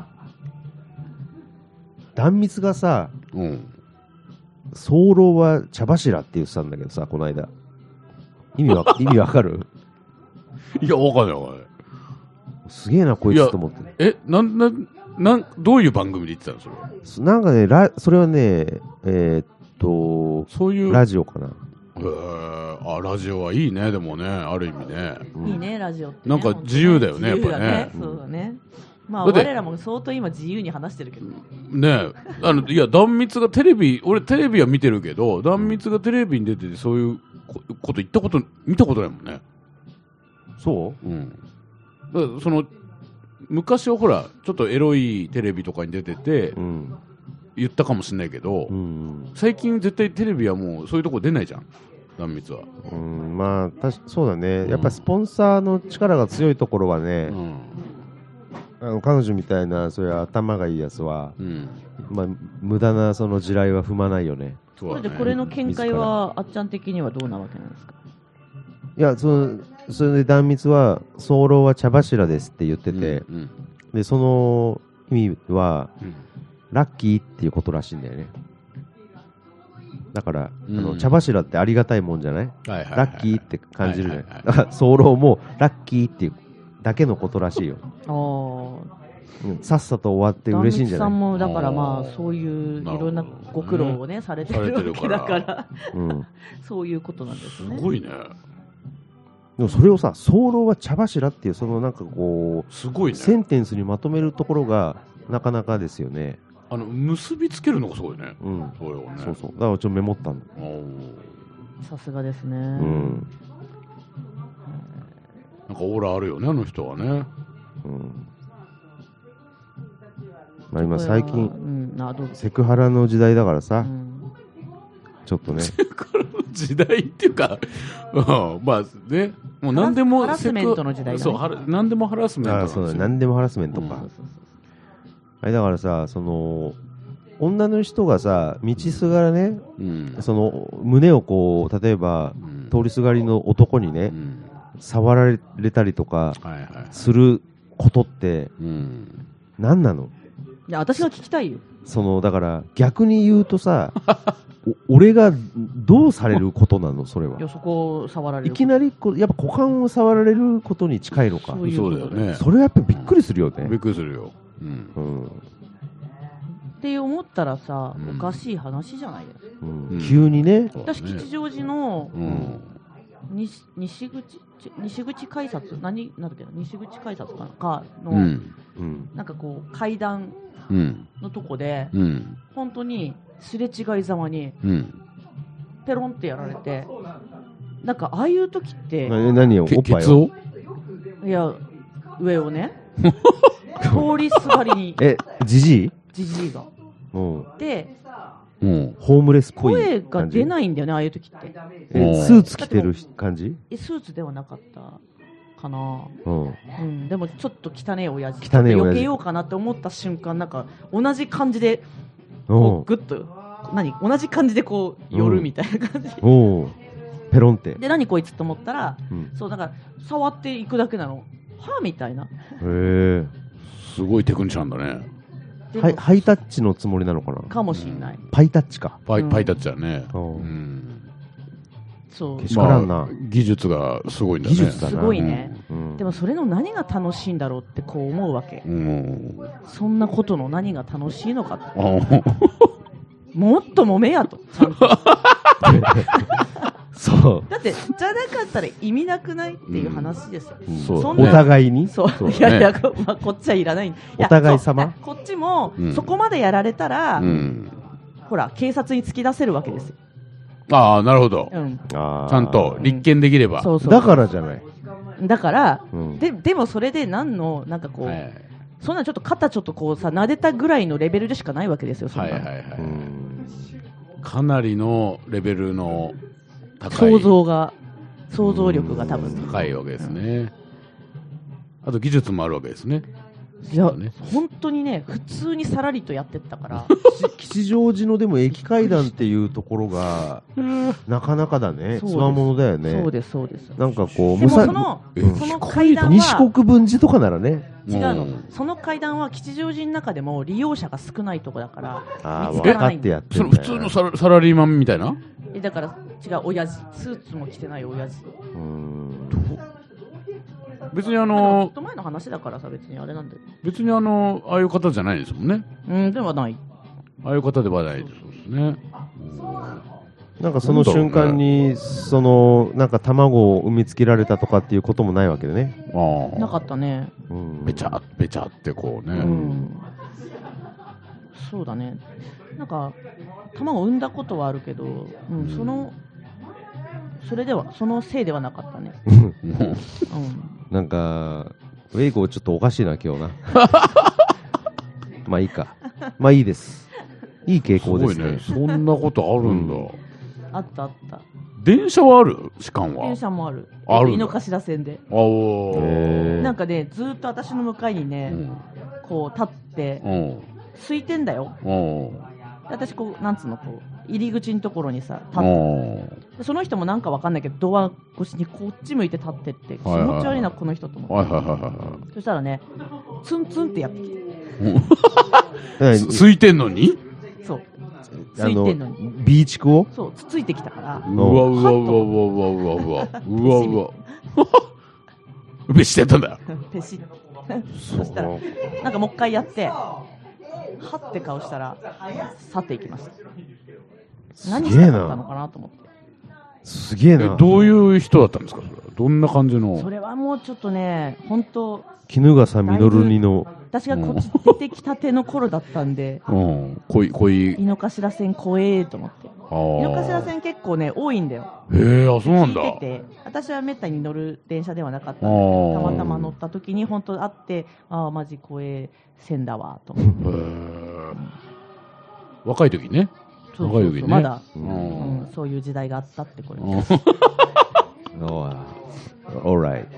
断蜜がさ、うん、早漏は茶柱って言ってたんだけどさ、この間意味わ意味わかる？ いや、わかんないわかんない。 すげえなこいつと思って。 え、なんなんなんどういう番組で言ってたのそれ？ なんかね、ラそれはね、えー、っとそういうラジオかな。 へー、あ、ラジオはいいね。でもね、ある意味ね、 うん、いいねラジオって、 ね、なんか自由だよね、やっぱね。 そうだね。まあ我らも相当今自由に話してるけどね。あのいや、断蜜がテレビ、俺テレビは見てるけど、断蜜がテレビに出ててそういうこと言ったこと見たことないもんね。 そう？ うん。だからその昔はほらちょっとエロいテレビとかに出てて、うん、言ったかもしれないけど、うん、最近絶対テレビはもうそういうとこ出ないじゃん、断蜜は。 うん、まあたしそうだね、うん、やっぱスポンサーの力が強いところはね、うん、あの彼女みたいなそういう頭がいいやつは、うん、まあ、無駄なその地雷は踏まないよね。 そうだね。これの見解はあっちゃん的にはどうなわけなんですか？ いや、そのそれで断蜜は早漏は茶柱ですって言ってて、うんうん、でその意味は、うん、ラッキーっていうことらしいんだよね。だから、うん、あの茶柱ってありがたいもんじゃない、はいはいはいはい、ラッキーって感じるじゃない、はいはいはい、だから早漏もラッキーっていうだけのことらしいよ。あ、うん、さっさと終わって嬉しいんじゃない？ 断蜜さんもだからまあそういういろんなご苦労をねされてるわけだから、うん、そういうことなんですね。 すごいね。 でもそれをさ、早漏は茶柱っていうそのなんかこうすごい、ね、 センテンスにまとめるところがなかなかですよね。 あの結びつけるのがすごいね。うん、 それをね。そうそう。だからちょっとメモったんだ。 さすがですね。うん。 なんかオーラあるよね、あの人はね。うん。 まあ今最近、うん、セクハラの時代だからさ、うん、ちょっとね。 セクハラの時代っていうか、うん、まあね、もう何でもハラスメントの時代だね。 そう、何でもハラスメントなんですよ。 ああ、そうだ、何でもハラスメントか。うん、あれだからさ、その女の人がさ、道すがらね、うん、その胸をこう例えば、うん、通りすがりの男にね、うん、触られたりとかすることって、うん、何なの？ いや、私が聞きたいよ。 そのだから逆に言うとさ俺がどうされることなのそれは。 いや、そこを触られる。 いきなりこやっぱ股間を触られることに近いのか。 そういうことだよね。 それはやっぱびっくりするよね。 びっくりするよ。うんうん、 って思ったらさ、うん、おかしい話じゃないよ、 うん、急にね。 私吉祥寺の、うん、西, 西口西口改札何なんだっけな西口改札かの、うん、なんかこう階段のとこで、うん、本当にすれ違いざまに、うん、ペロンってやられて、なんかああいう時って何をおっぱいをいや上をね通りすがりにえジジイジジイがで、 うん、ホームレスっぽい声が出ないんだよね、ああいう時って。 えスーツ着てる感じ？ えスーツではなかったかな、うんうん、でもちょっと汚い親父汚い親父避けようかなって思った瞬間、なんか同じ感じでこうグッと何同じ感じでこう寄るみたいな感じ、うん、おペロンってで何こいつと思ったら、うん、そうだから触っていくだけなのはみたいな。へえ、すごいテクニシャンだね。 ハイ、ハイタッチのつもりなのかな。 かもしれない、 うん、パイタッチか。 パイ、パイタッチだね、うんうん、 そうけしからんな、まあ、 技術がすごいんだね。 技術だなすごいね、うん、でもそれの何が楽しいんだろうってこう思うわけ、うん、そんなことの何が楽しいのかってもっと揉めやとちゃんとそうそうだってじゃなかったら意味なくないっていう話ですよ、 うんそうそんなお互いにそうそうねいやいや、まあ、こっちはいらないいやお互い様そうこっちも、 うんそこまでやられたら、 うんほら警察に突き出せるわけですよ、 ああなるほど、 うん、 あーちゃんと立件できれば、 そうそうだからじゃない、 だから、 うんででもそれで何のなんかこう、 はいそんなちょっと肩ちょっとこうさ撫でたぐらいのレベルでしかないわけですよ、そんなのはいはいはい、 うんかなりのレベルの高い想像が想像力が多分高いわけですね、あと技術もあるわけですね。 いや、 ね本当にね普通にさらりとやってったから吉祥寺のでも駅階段っていうところがなかなかだね、 そうですつわものだよね。 そうですそうですなんかこうでもむさそのえその階段は西国分寺とかならね、 違うの、 うんその階段は吉祥寺の中でも利用者が少ないとこだからああ見つ分かってからないんだよやってんだよその普通のサラサラリーマンみたいな、 えだから違う親父スーツも着てない親父うん別にあずっのと前の話だからさ別にあれなんだよ別にあのああいう方じゃないですもんね。 うんではないああいう方ではないですね。 なんかその瞬間にそのなんか卵を産みつけられたとかっていうこともないわけでね。 ああなかったねうんべちゃべちゃってこうね、 うんそうだねなんか卵を産んだことはあるけど、うん、そのそれではそのせいではなかったね、 もううん、 なんかウェイゴちょっとおかしいな今日な。まあいいか。まあいいです。いい傾向ですね。 すごいね、そんなことあるんだ、 うんあったあった電車はある士官は電車もあるあるんだ井の頭線であおーへーなんかねずーっと私の向かいにね、 うんこう立ってうん空いてんだようんで私こうなんつうのこう入り口のところにさ立うってんでその人もなんかわかんないけどドア越しにこっち向いて立ってって気はいはい持ち悪いなこの人と思って、 はいはいはいはそしたらねツンツンってやってきてはいい空いてんのにそうついてんのにビーチクをそうつついてきたからうわうわうわうわうわうわうわうわうわうべしてやったんだよペシッそしたらなんかもう一回やってはって顔したら去っていきました何したかったのかなと思ってえすげえな。 どういう人だったんですかそれはどんな感じのそれはもうちょっとね本当衣笠実にの私がこっち出てきたての頃だったんでうん恋恋井の頭線怖えと思ってあ井の頭ー線結構ね多いんだよへえあそうなんだ聞いてて私はめったに乗る電車ではなかったあんだけどーたまたま乗った時に本当会ってああマジ怖え線だわと思ってへー若い時ねそうそう若い時ねそうまだ、 ううんん、そういう時代があったってこれうんおい alright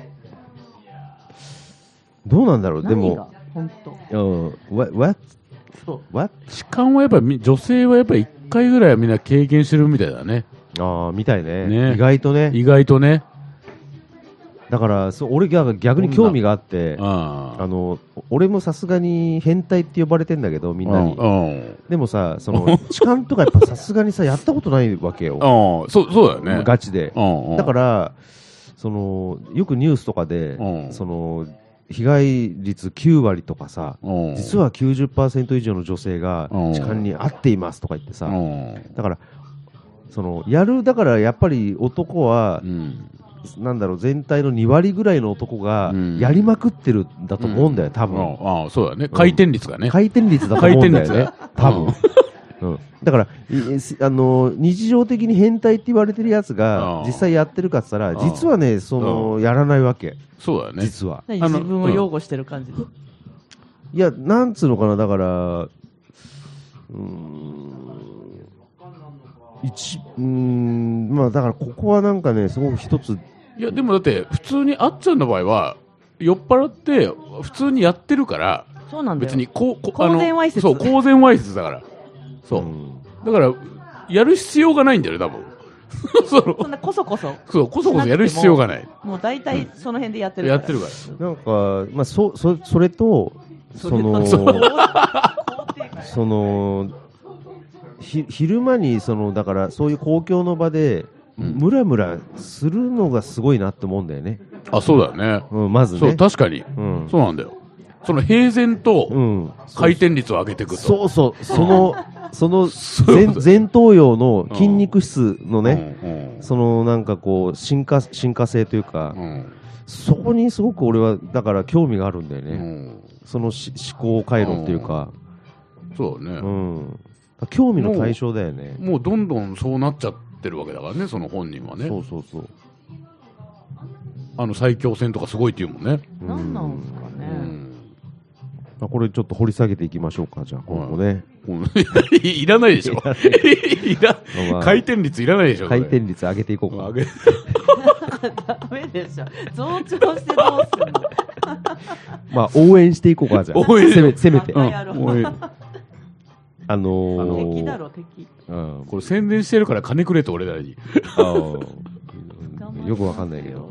どうなんだろうで何がも本当うん what what そう what 痴漢はやっぱり女性はやっぱりいっかいぐらいはみんな経験してるみたいだねああみたいねね意外とね意外とねだからそう俺が逆に興味があってああの俺もさすがに変態って呼ばれてんだけどみんなにうんでもさその痴漢とかやっぱさすがにさやったことないわけようんそうそうだよねガチでうんうんだからそのよくニュースとかでうんその被害率きゅうわりとかさうん実は きゅうじゅっパーセント 以上の女性がうん痴漢に遭っていますとか言ってさうんだからそのやるだからやっぱり男はうんなんだろう全体のにわりぐらいの男がうんやりまくってるんだと思うんだよ多分ああそうだね回転率がね回転率だと思うんだよね回転率多分うんだからいすあの日常的に変態って言われてるやつがうん実際やってるかって言ったらうん実はねそのやらないわけそうだよね実は何あの自分を擁護してる感じで、 いやなんつうのかなだからうーん一うーんまあだからここはなんかねすごく一ついやでもだって普通にあっちゃんの場合は酔っ払って普通にやってるからそうなんだよ別にこうこ公然わいせつあのそう公然わいせつだからそう、 んだからやる必要がないんだよね多分そのそんなこそこそそうこそこそやる必要がないもう大体その辺でやってるからやってるからなんかまあそそそれとそのそれとそのひ昼間にそのだからそういう公共の場でうんムラムラするのがすごいなって思うんだよね、 あそうだよねうん、まずねそう確かにうん、 そうなんだよその平然と回転率を上げていくと。 そうそう、その、その前、前頭葉の筋肉質のね、うん、そのなんかこう、進化、進化性というか、うん、そこにすごく俺は、だから興味があるんだよね。うん、そのし思考回路っていうか。 うん、そうだね。うん。 興味の対象だよね。 もう、もうどんどんそうなっちゃってるわけだからね、その本人はね。 そうそうそう。 あの最強戦とかすごいって言うもんね。 何なんですかね。 うん、これちょっと掘り下げていきましょうか、じゃあ今後ね。 いらないでしょ。いら、まあ、回転率いらないでしょ。 回転率上げていこうか。 上げダメでしょ。増長してどうするの。 まあ応援していこうか、じゃあ。応援せめせめて。 うん、応援。 あのー、 敵だろ敵。 うん、これ宣伝してるから金くれと俺らに。あよくわかんないけど。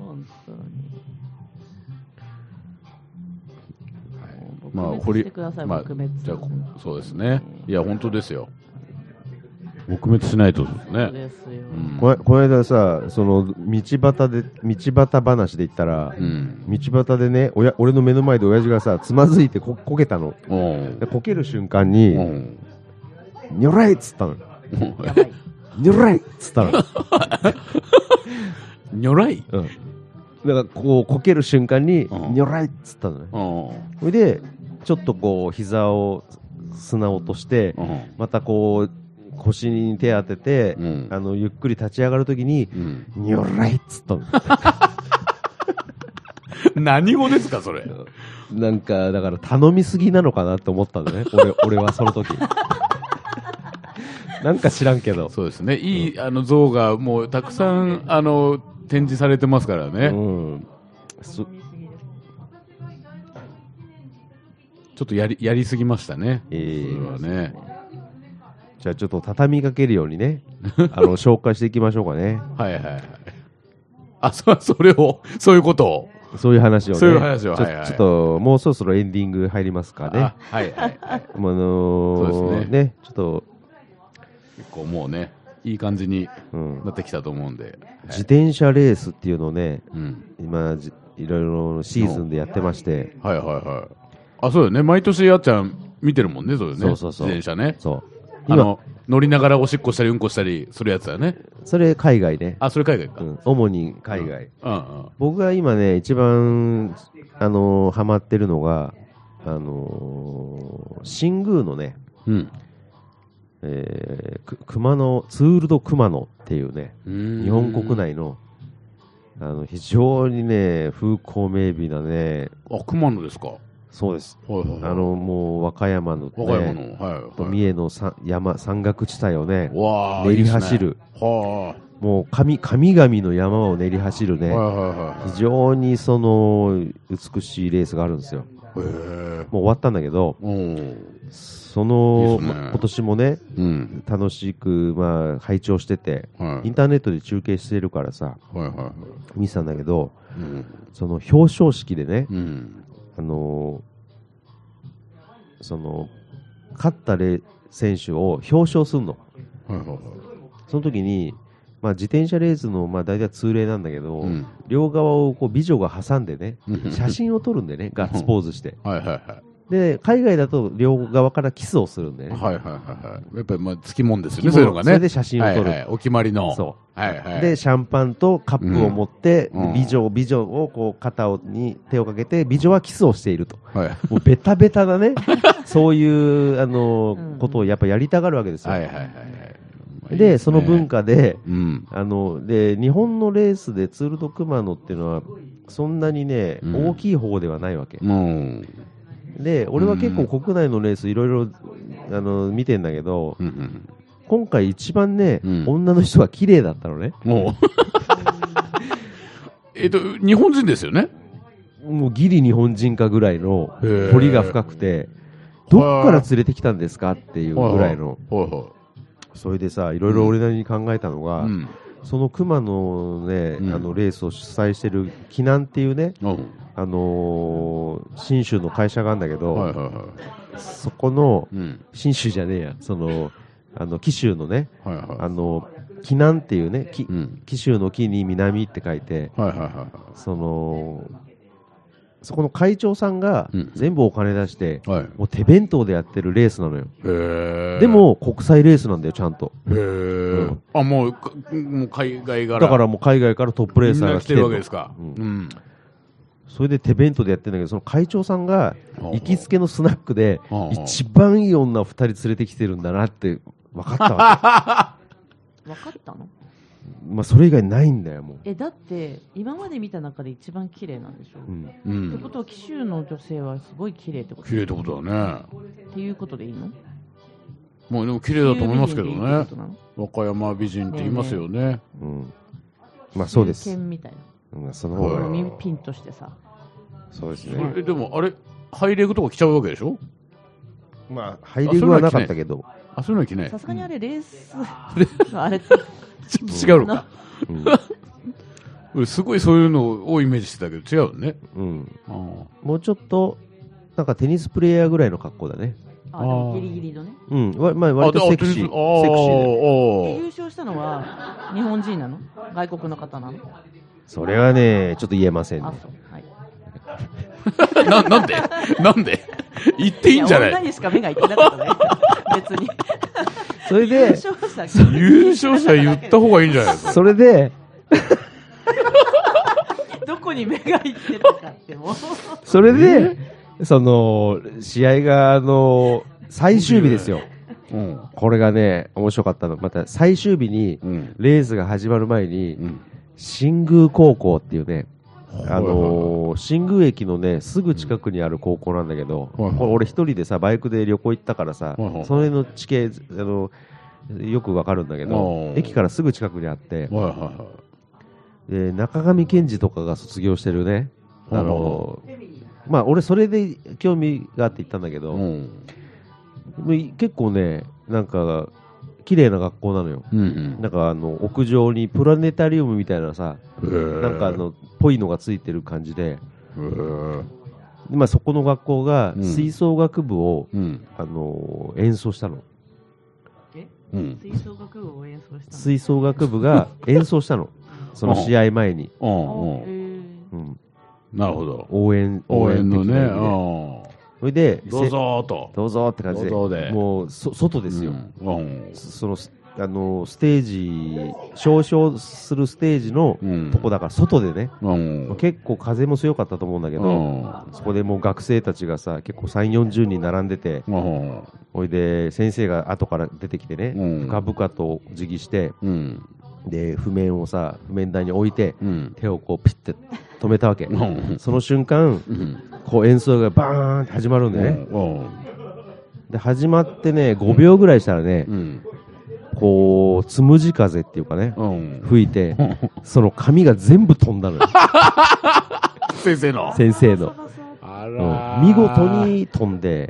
まあ、掘り、まあ、じゃあ、そうですね。いや、本当ですよ。撲滅しないとですね。ですよ。 うん、こ, この間さ、その道端で、道端話で言ったら、うん、道端でね、おや、俺の目の前で親父がさ、つまずいてこ、こけたの。でこける瞬間に、にょらいっつったの。にょらいっつったの。 にょらいうん。だからこうこける瞬間ににょらいっつったのね。それでちょっとこう膝を砂落として、またこう腰に手当てて、うん、あのゆっくり立ち上がるときに、うん、にょらいっつったの。 何語ですかそれ。 なんかだから頼みすぎなのかなって思ったんだね。俺俺はその時。なんか知らんけど。 そうですね。いい、うん、あの像がもうたくさんあの展示されてますからね。うん、ちょっとやりやりすぎましたね。えー、それはね。 じゃあちょっと畳みかけるようにね、あの紹介していきましょうかね。 はいはいはい。あ、そそれをそういうことを。 そういう話をね。 そういう話を。 ちょ、はいはい、ちょっともうそろそろエンディング入りますかね。 あ、はいはいはい。 あのー、そうですね。ね、ちょっと結構もうね。いい感じになってきたと思うんで、うんはい、 自転車レースっていうのをね、うん、今いろいろシーズンでやってまして、 はいはいはい。あ、そうよね。毎年やっちゃん見てるもんね、そうよね。 そうそうそう。 自転車ね。 そう。 あの乗りながらおしっこしたりうんこしたりするやつだね。 それ海外ね。 あ、それ海外か。 うん、主に海外。 うんうんうん、 僕が今ね一番あのー、ハマってるのがあのー、新宮のね。うん。えー、熊野ツール・ド・熊野っていうね日本国内のあの非常にね風光明媚なね。 あ、熊野ですか。 そうです、はいはいはい、あのもう和歌山の、ね、 和歌山の、はいはい、 三重のさ山山岳地帯をね練り走るいい、ね、はもう神神々の山を練り走るね、はいはいはいはい、非常にその美しいレースがあるんですよ。へー、もう終わったんだけど、そのいい、ね、今年もね、うん、楽しく、まあ、拝聴してて、はい、インターネットで中継してるからさ、はいはいはい、見てたんだけど、うん、その表彰式でね、うん、あのー、その勝ったレ選手を表彰するの、はいはいはい、その時に、まあ、自転車レースの、まあ、大体通例なんだけど、うん、両側をこう美女が挟んでね写真を撮るんでねガッツポーズして、はいはいはい、で海外だと両側からキスをするんでね、はいはいはい、 やっぱりまあつきもんですよね、そういうのがね。 それで写真を撮る、はいはい、 お決まりの。 そう、はいはい、でシャンパンとカップを持って、うん、美女美女をこう肩に手をかけて美女はキスをしていると、はい、もうベタベタなねそういうあの、うん、ことをやっぱやりたがるわけですよ。はいはいはいはい、で、その文化で、うん、あので日本のレースでツール・ド・熊野っていうのはそんなにね、うん、大きい方ではないわけ、うん、で俺は結構国内のレースいろいろあの見てんだけど、うんうん、今回一番ね、うん、女の人が綺麗だったのね。もうえっと日本人ですよね。 もうギリ日本人かぐらいの彫りが深くて、どっから連れてきたんですかっていうぐらいの。それでさ、いろいろ俺なりに考えたのが、うん、その熊のね、うん、あのレースを主催してる紀南っていうね、うん、あのー、信州の会社があるんだけど、はいはいはい、そこの、うん、信州じゃねえや、その、あの、紀州のね、はいはい、あの、紀南っていうね、紀、うん、州の紀に南って書いて、はいはいはい、その、 そこの会長さんが全部お金出して、 うんはい、 もう手弁当でやってるレースなのよ。 へでも国際レースなんだよちゃんと。 へうん、あもう、もう海外からだからもう海外からトップレーサーが来てるわけですか、うんうん、 それで手弁当でやってるんだけど、その会長さんが行きつけのスナックで一番いい女をふたり連れてきてるんだなって分かったわけ分かったの？ まあそれ以外ないんだよもう。 えだって今まで見た中で一番綺麗なんでしょ、うんうん、ってことは紀州の女性はすごい綺麗ってこと？ 綺麗ってことだねっていうことでいいの？ まあでも綺麗だと思いますけどね。和歌山美人って言いますよね。ねうん、まあそうです。 みたいな。 うん、その方がピンとしてさ。 そうですね。 えでもあれハイレグとか着ちゃうわけでしょ？ まあハイレグはなかったけど。 あそういうのは着ない。 さすがにあれレース、 うん、あれちょっと違うのか。うん、すごいそういうのをイメージしてたけど違うね。 うん。もうちょっとなんかテニスプレーヤーぐらいの格好だね。 あでもギリギリのね。 うん、わまあ割とセクシー、セクシーで。優勝したのは日本人なの？外国の方なの？ それはねちょっと言えませんね。 あそうはい。 ななんでなんで言っていいんじゃない？ い女にしか目がいってなかったね。別に。 それで優勝者優勝者言った方がいいんじゃないですか。 それでどこに目がいってたかっても。 それで。その試合があの最終日ですよ、うん、これがね面白かったの。また最終日に、うん、レースが始まる前に、うん、新宮高校っていうね、あのー、新宮駅のねすぐ近くにある高校なんだけど、うん、これ俺一人でさバイクで旅行行ったからさ、うん、その辺の地形あのよくわかるんだけど、駅からすぐ近くにあって、で中上健二とかが卒業してるね、あのーまあ俺それで興味があって行ったんだけど、うん、結構ねなんか綺麗な学校なのよ、うんうん、なんかあの屋上にプラネタリウムみたいなさなんかあのぽいのがついてる感じで、まあ、そこの学校が吹奏楽部を、うん、あの演奏したの。 え、うん、吹奏楽部を演奏したの？ 吹奏楽部が演奏したのその試合前に。うんなるほど。 応援、 応援のね。 それで、 どうぞと。 どうぞって感じで、でもうそ外ですよ。うんうん、そのあのステージ、表彰するステージのとこだから外でね、うん、結構風も強かったと思うんだけど、うん、そこでもう学生たちがさ、結構さんじゅう、よんじゅうにん並んでて、うん、ほいで先生が後から出てきてね、うん、深々とお辞儀して、うん、で譜面をさ、譜面台に置いて、うん、手をこうピッて止めたわけ、うん、その瞬間、うん、こう演奏がバーンって始まるんだよね、うんうん、で始まってねごびょうぐらいしたらね、うん、こうつむじ風っていうかね、うん、吹いてその紙が全部飛んだのよ先生の先生のあら、 うん、見事に飛んで、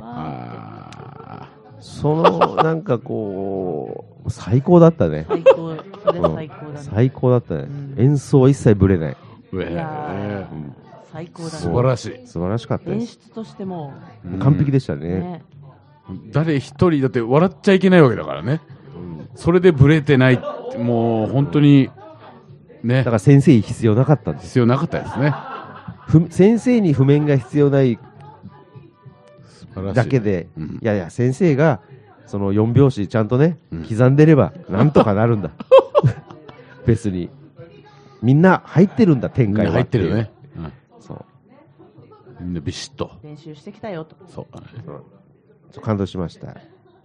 そのなんかこう最高だったね。 最高、それ最高だね、うん、 最高だったね、うん、演奏は一切ぶれない。 いやー、うん、最高だね。 素晴らしい。 素晴らしかったです。 演出としても完璧でしたね。ね、 誰一人だって笑っちゃいけないわけだからね。うん、それでブレてないってもう本当にね。 だから先生必要なかったんです。 必要なかったですね。 先生に譜面が必要ないだけで、うん、いやいや先生がそのよん拍子ちゃんとね、うん、刻んでればなんとかなるんだ。別に。みんな入ってるんだ展開は。 入ってるよね、うん、そうみんなビシッと練習してきたよと。 そう、 そう感動しました、ね、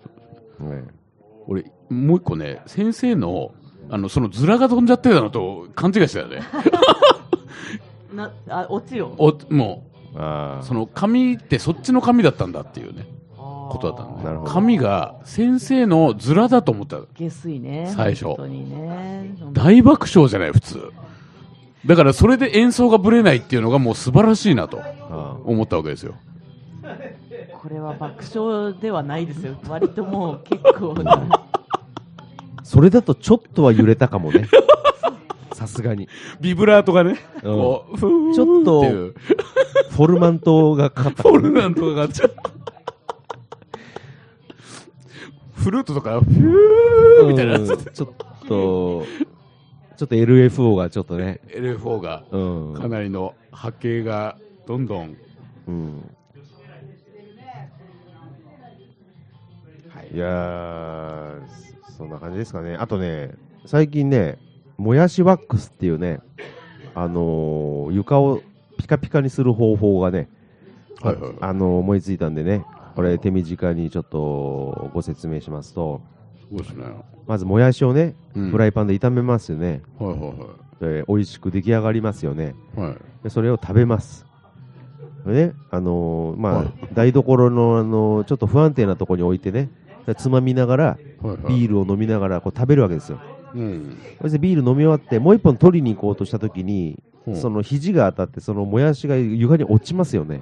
俺もう一個ね先生のあのそのズラが飛んじゃってたのと勘違いしたよね。 なあ落ちよおもうあその紙ってそっちの紙だったんだっていうねことだったんだ、ね、紙が先生のズラだと思った。 下水ね最初本当にね大爆笑じゃない普通だからそれで演奏がぶれないっていうのがもう素晴らしいなと思ったわけですよ。 これは爆笑ではないですよ。割ともう結構なそれだとちょっとは揺れたかもね。さすがにビブラートがね、うん、 こうちょっとフォルマントがかかった。 フォルマントがかかっちゃう。フルートとかフューみたいなやつ、うん、 ちょっとちょっと エルエフオー がちょっとねエルエフオー がかなりの波形がどんどん。 うん。いやー、そんな感じですかね。あとね、最近ね、もやしワックスっていうね、あのー、床をピカピカにする方法がね、はいはいはい、あのー、思いついたんでね、これ手短にちょっとご説明しますと、 そうですね、 まずもやしをね、 うん、 フライパンで炒めますよね。 はいはいはい。 で美味しく出来上がりますよね。 はい、 でそれを食べます。ね、あのー、まあ、はい、台所の、あのー、ちょっと不安定なところに置いてね、つまみながら、はいはい、ビールを飲みながらこう食べるわけですよ。うん、そしてビール飲み終わってもう一本取りに行こうとしたときに、うん、その肘が当たってそのもやしが床に落ちますよね。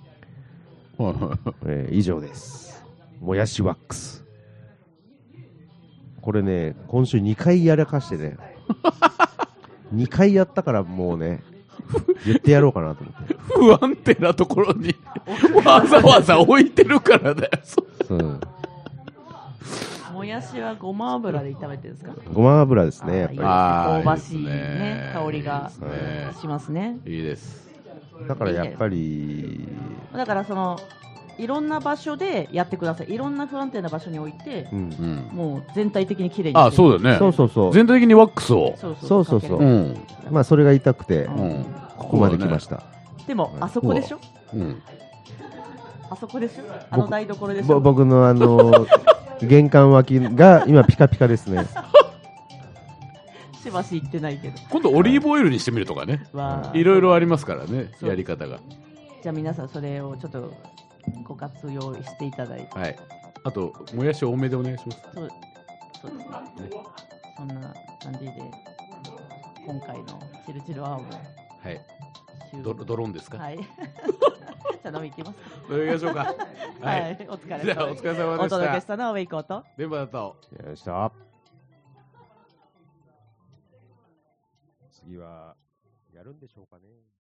えー、以上です。もやしワックス。これね、今週にかいやらかしてね、にかいやったからもうね、言ってやろうかなと思って。 不安定なところにわざわざ置いてるからだよ。そう。 もやしはごま油で炒めてるんですか？ ごま油ですね、やっぱり。 香ばしいね、香りがしますね。 いいです。 だからやっぱり、 だからそのいろんな場所でやってください。いろんな不安定な場所に置いて、うん、もう全体的に綺麗に。 あ、そうだね。 そうそうそう。 全体的にワックスを。 そうそうそうそう。うん、まあそれが痛くて、うん、ここまで来ました。 でもあそこでしょ？うん。あそこでしょ？あの台所でしょ？ 僕のあの玄関脇が今ピカピカですね。 しばし行ってないけど。 今度オリーブオイルにしてみるとかね。いろいろありますからね、やり方が。 じゃあ皆さんそれをちょっとご活用していただいて。 はい。あともやし多めでお願いします。 そう、そうですね。そんな感じで今回のチルチルアーモン。 はい。ドドローンですか。 はい。じゃあ飲み行きますか。 飲みましょうか。 はい。お疲れ様です。 じゃあお疲れ様でした。 お届けしたのはウェイコーと電波だと。 よいしょ。次はやるんでしょうかね。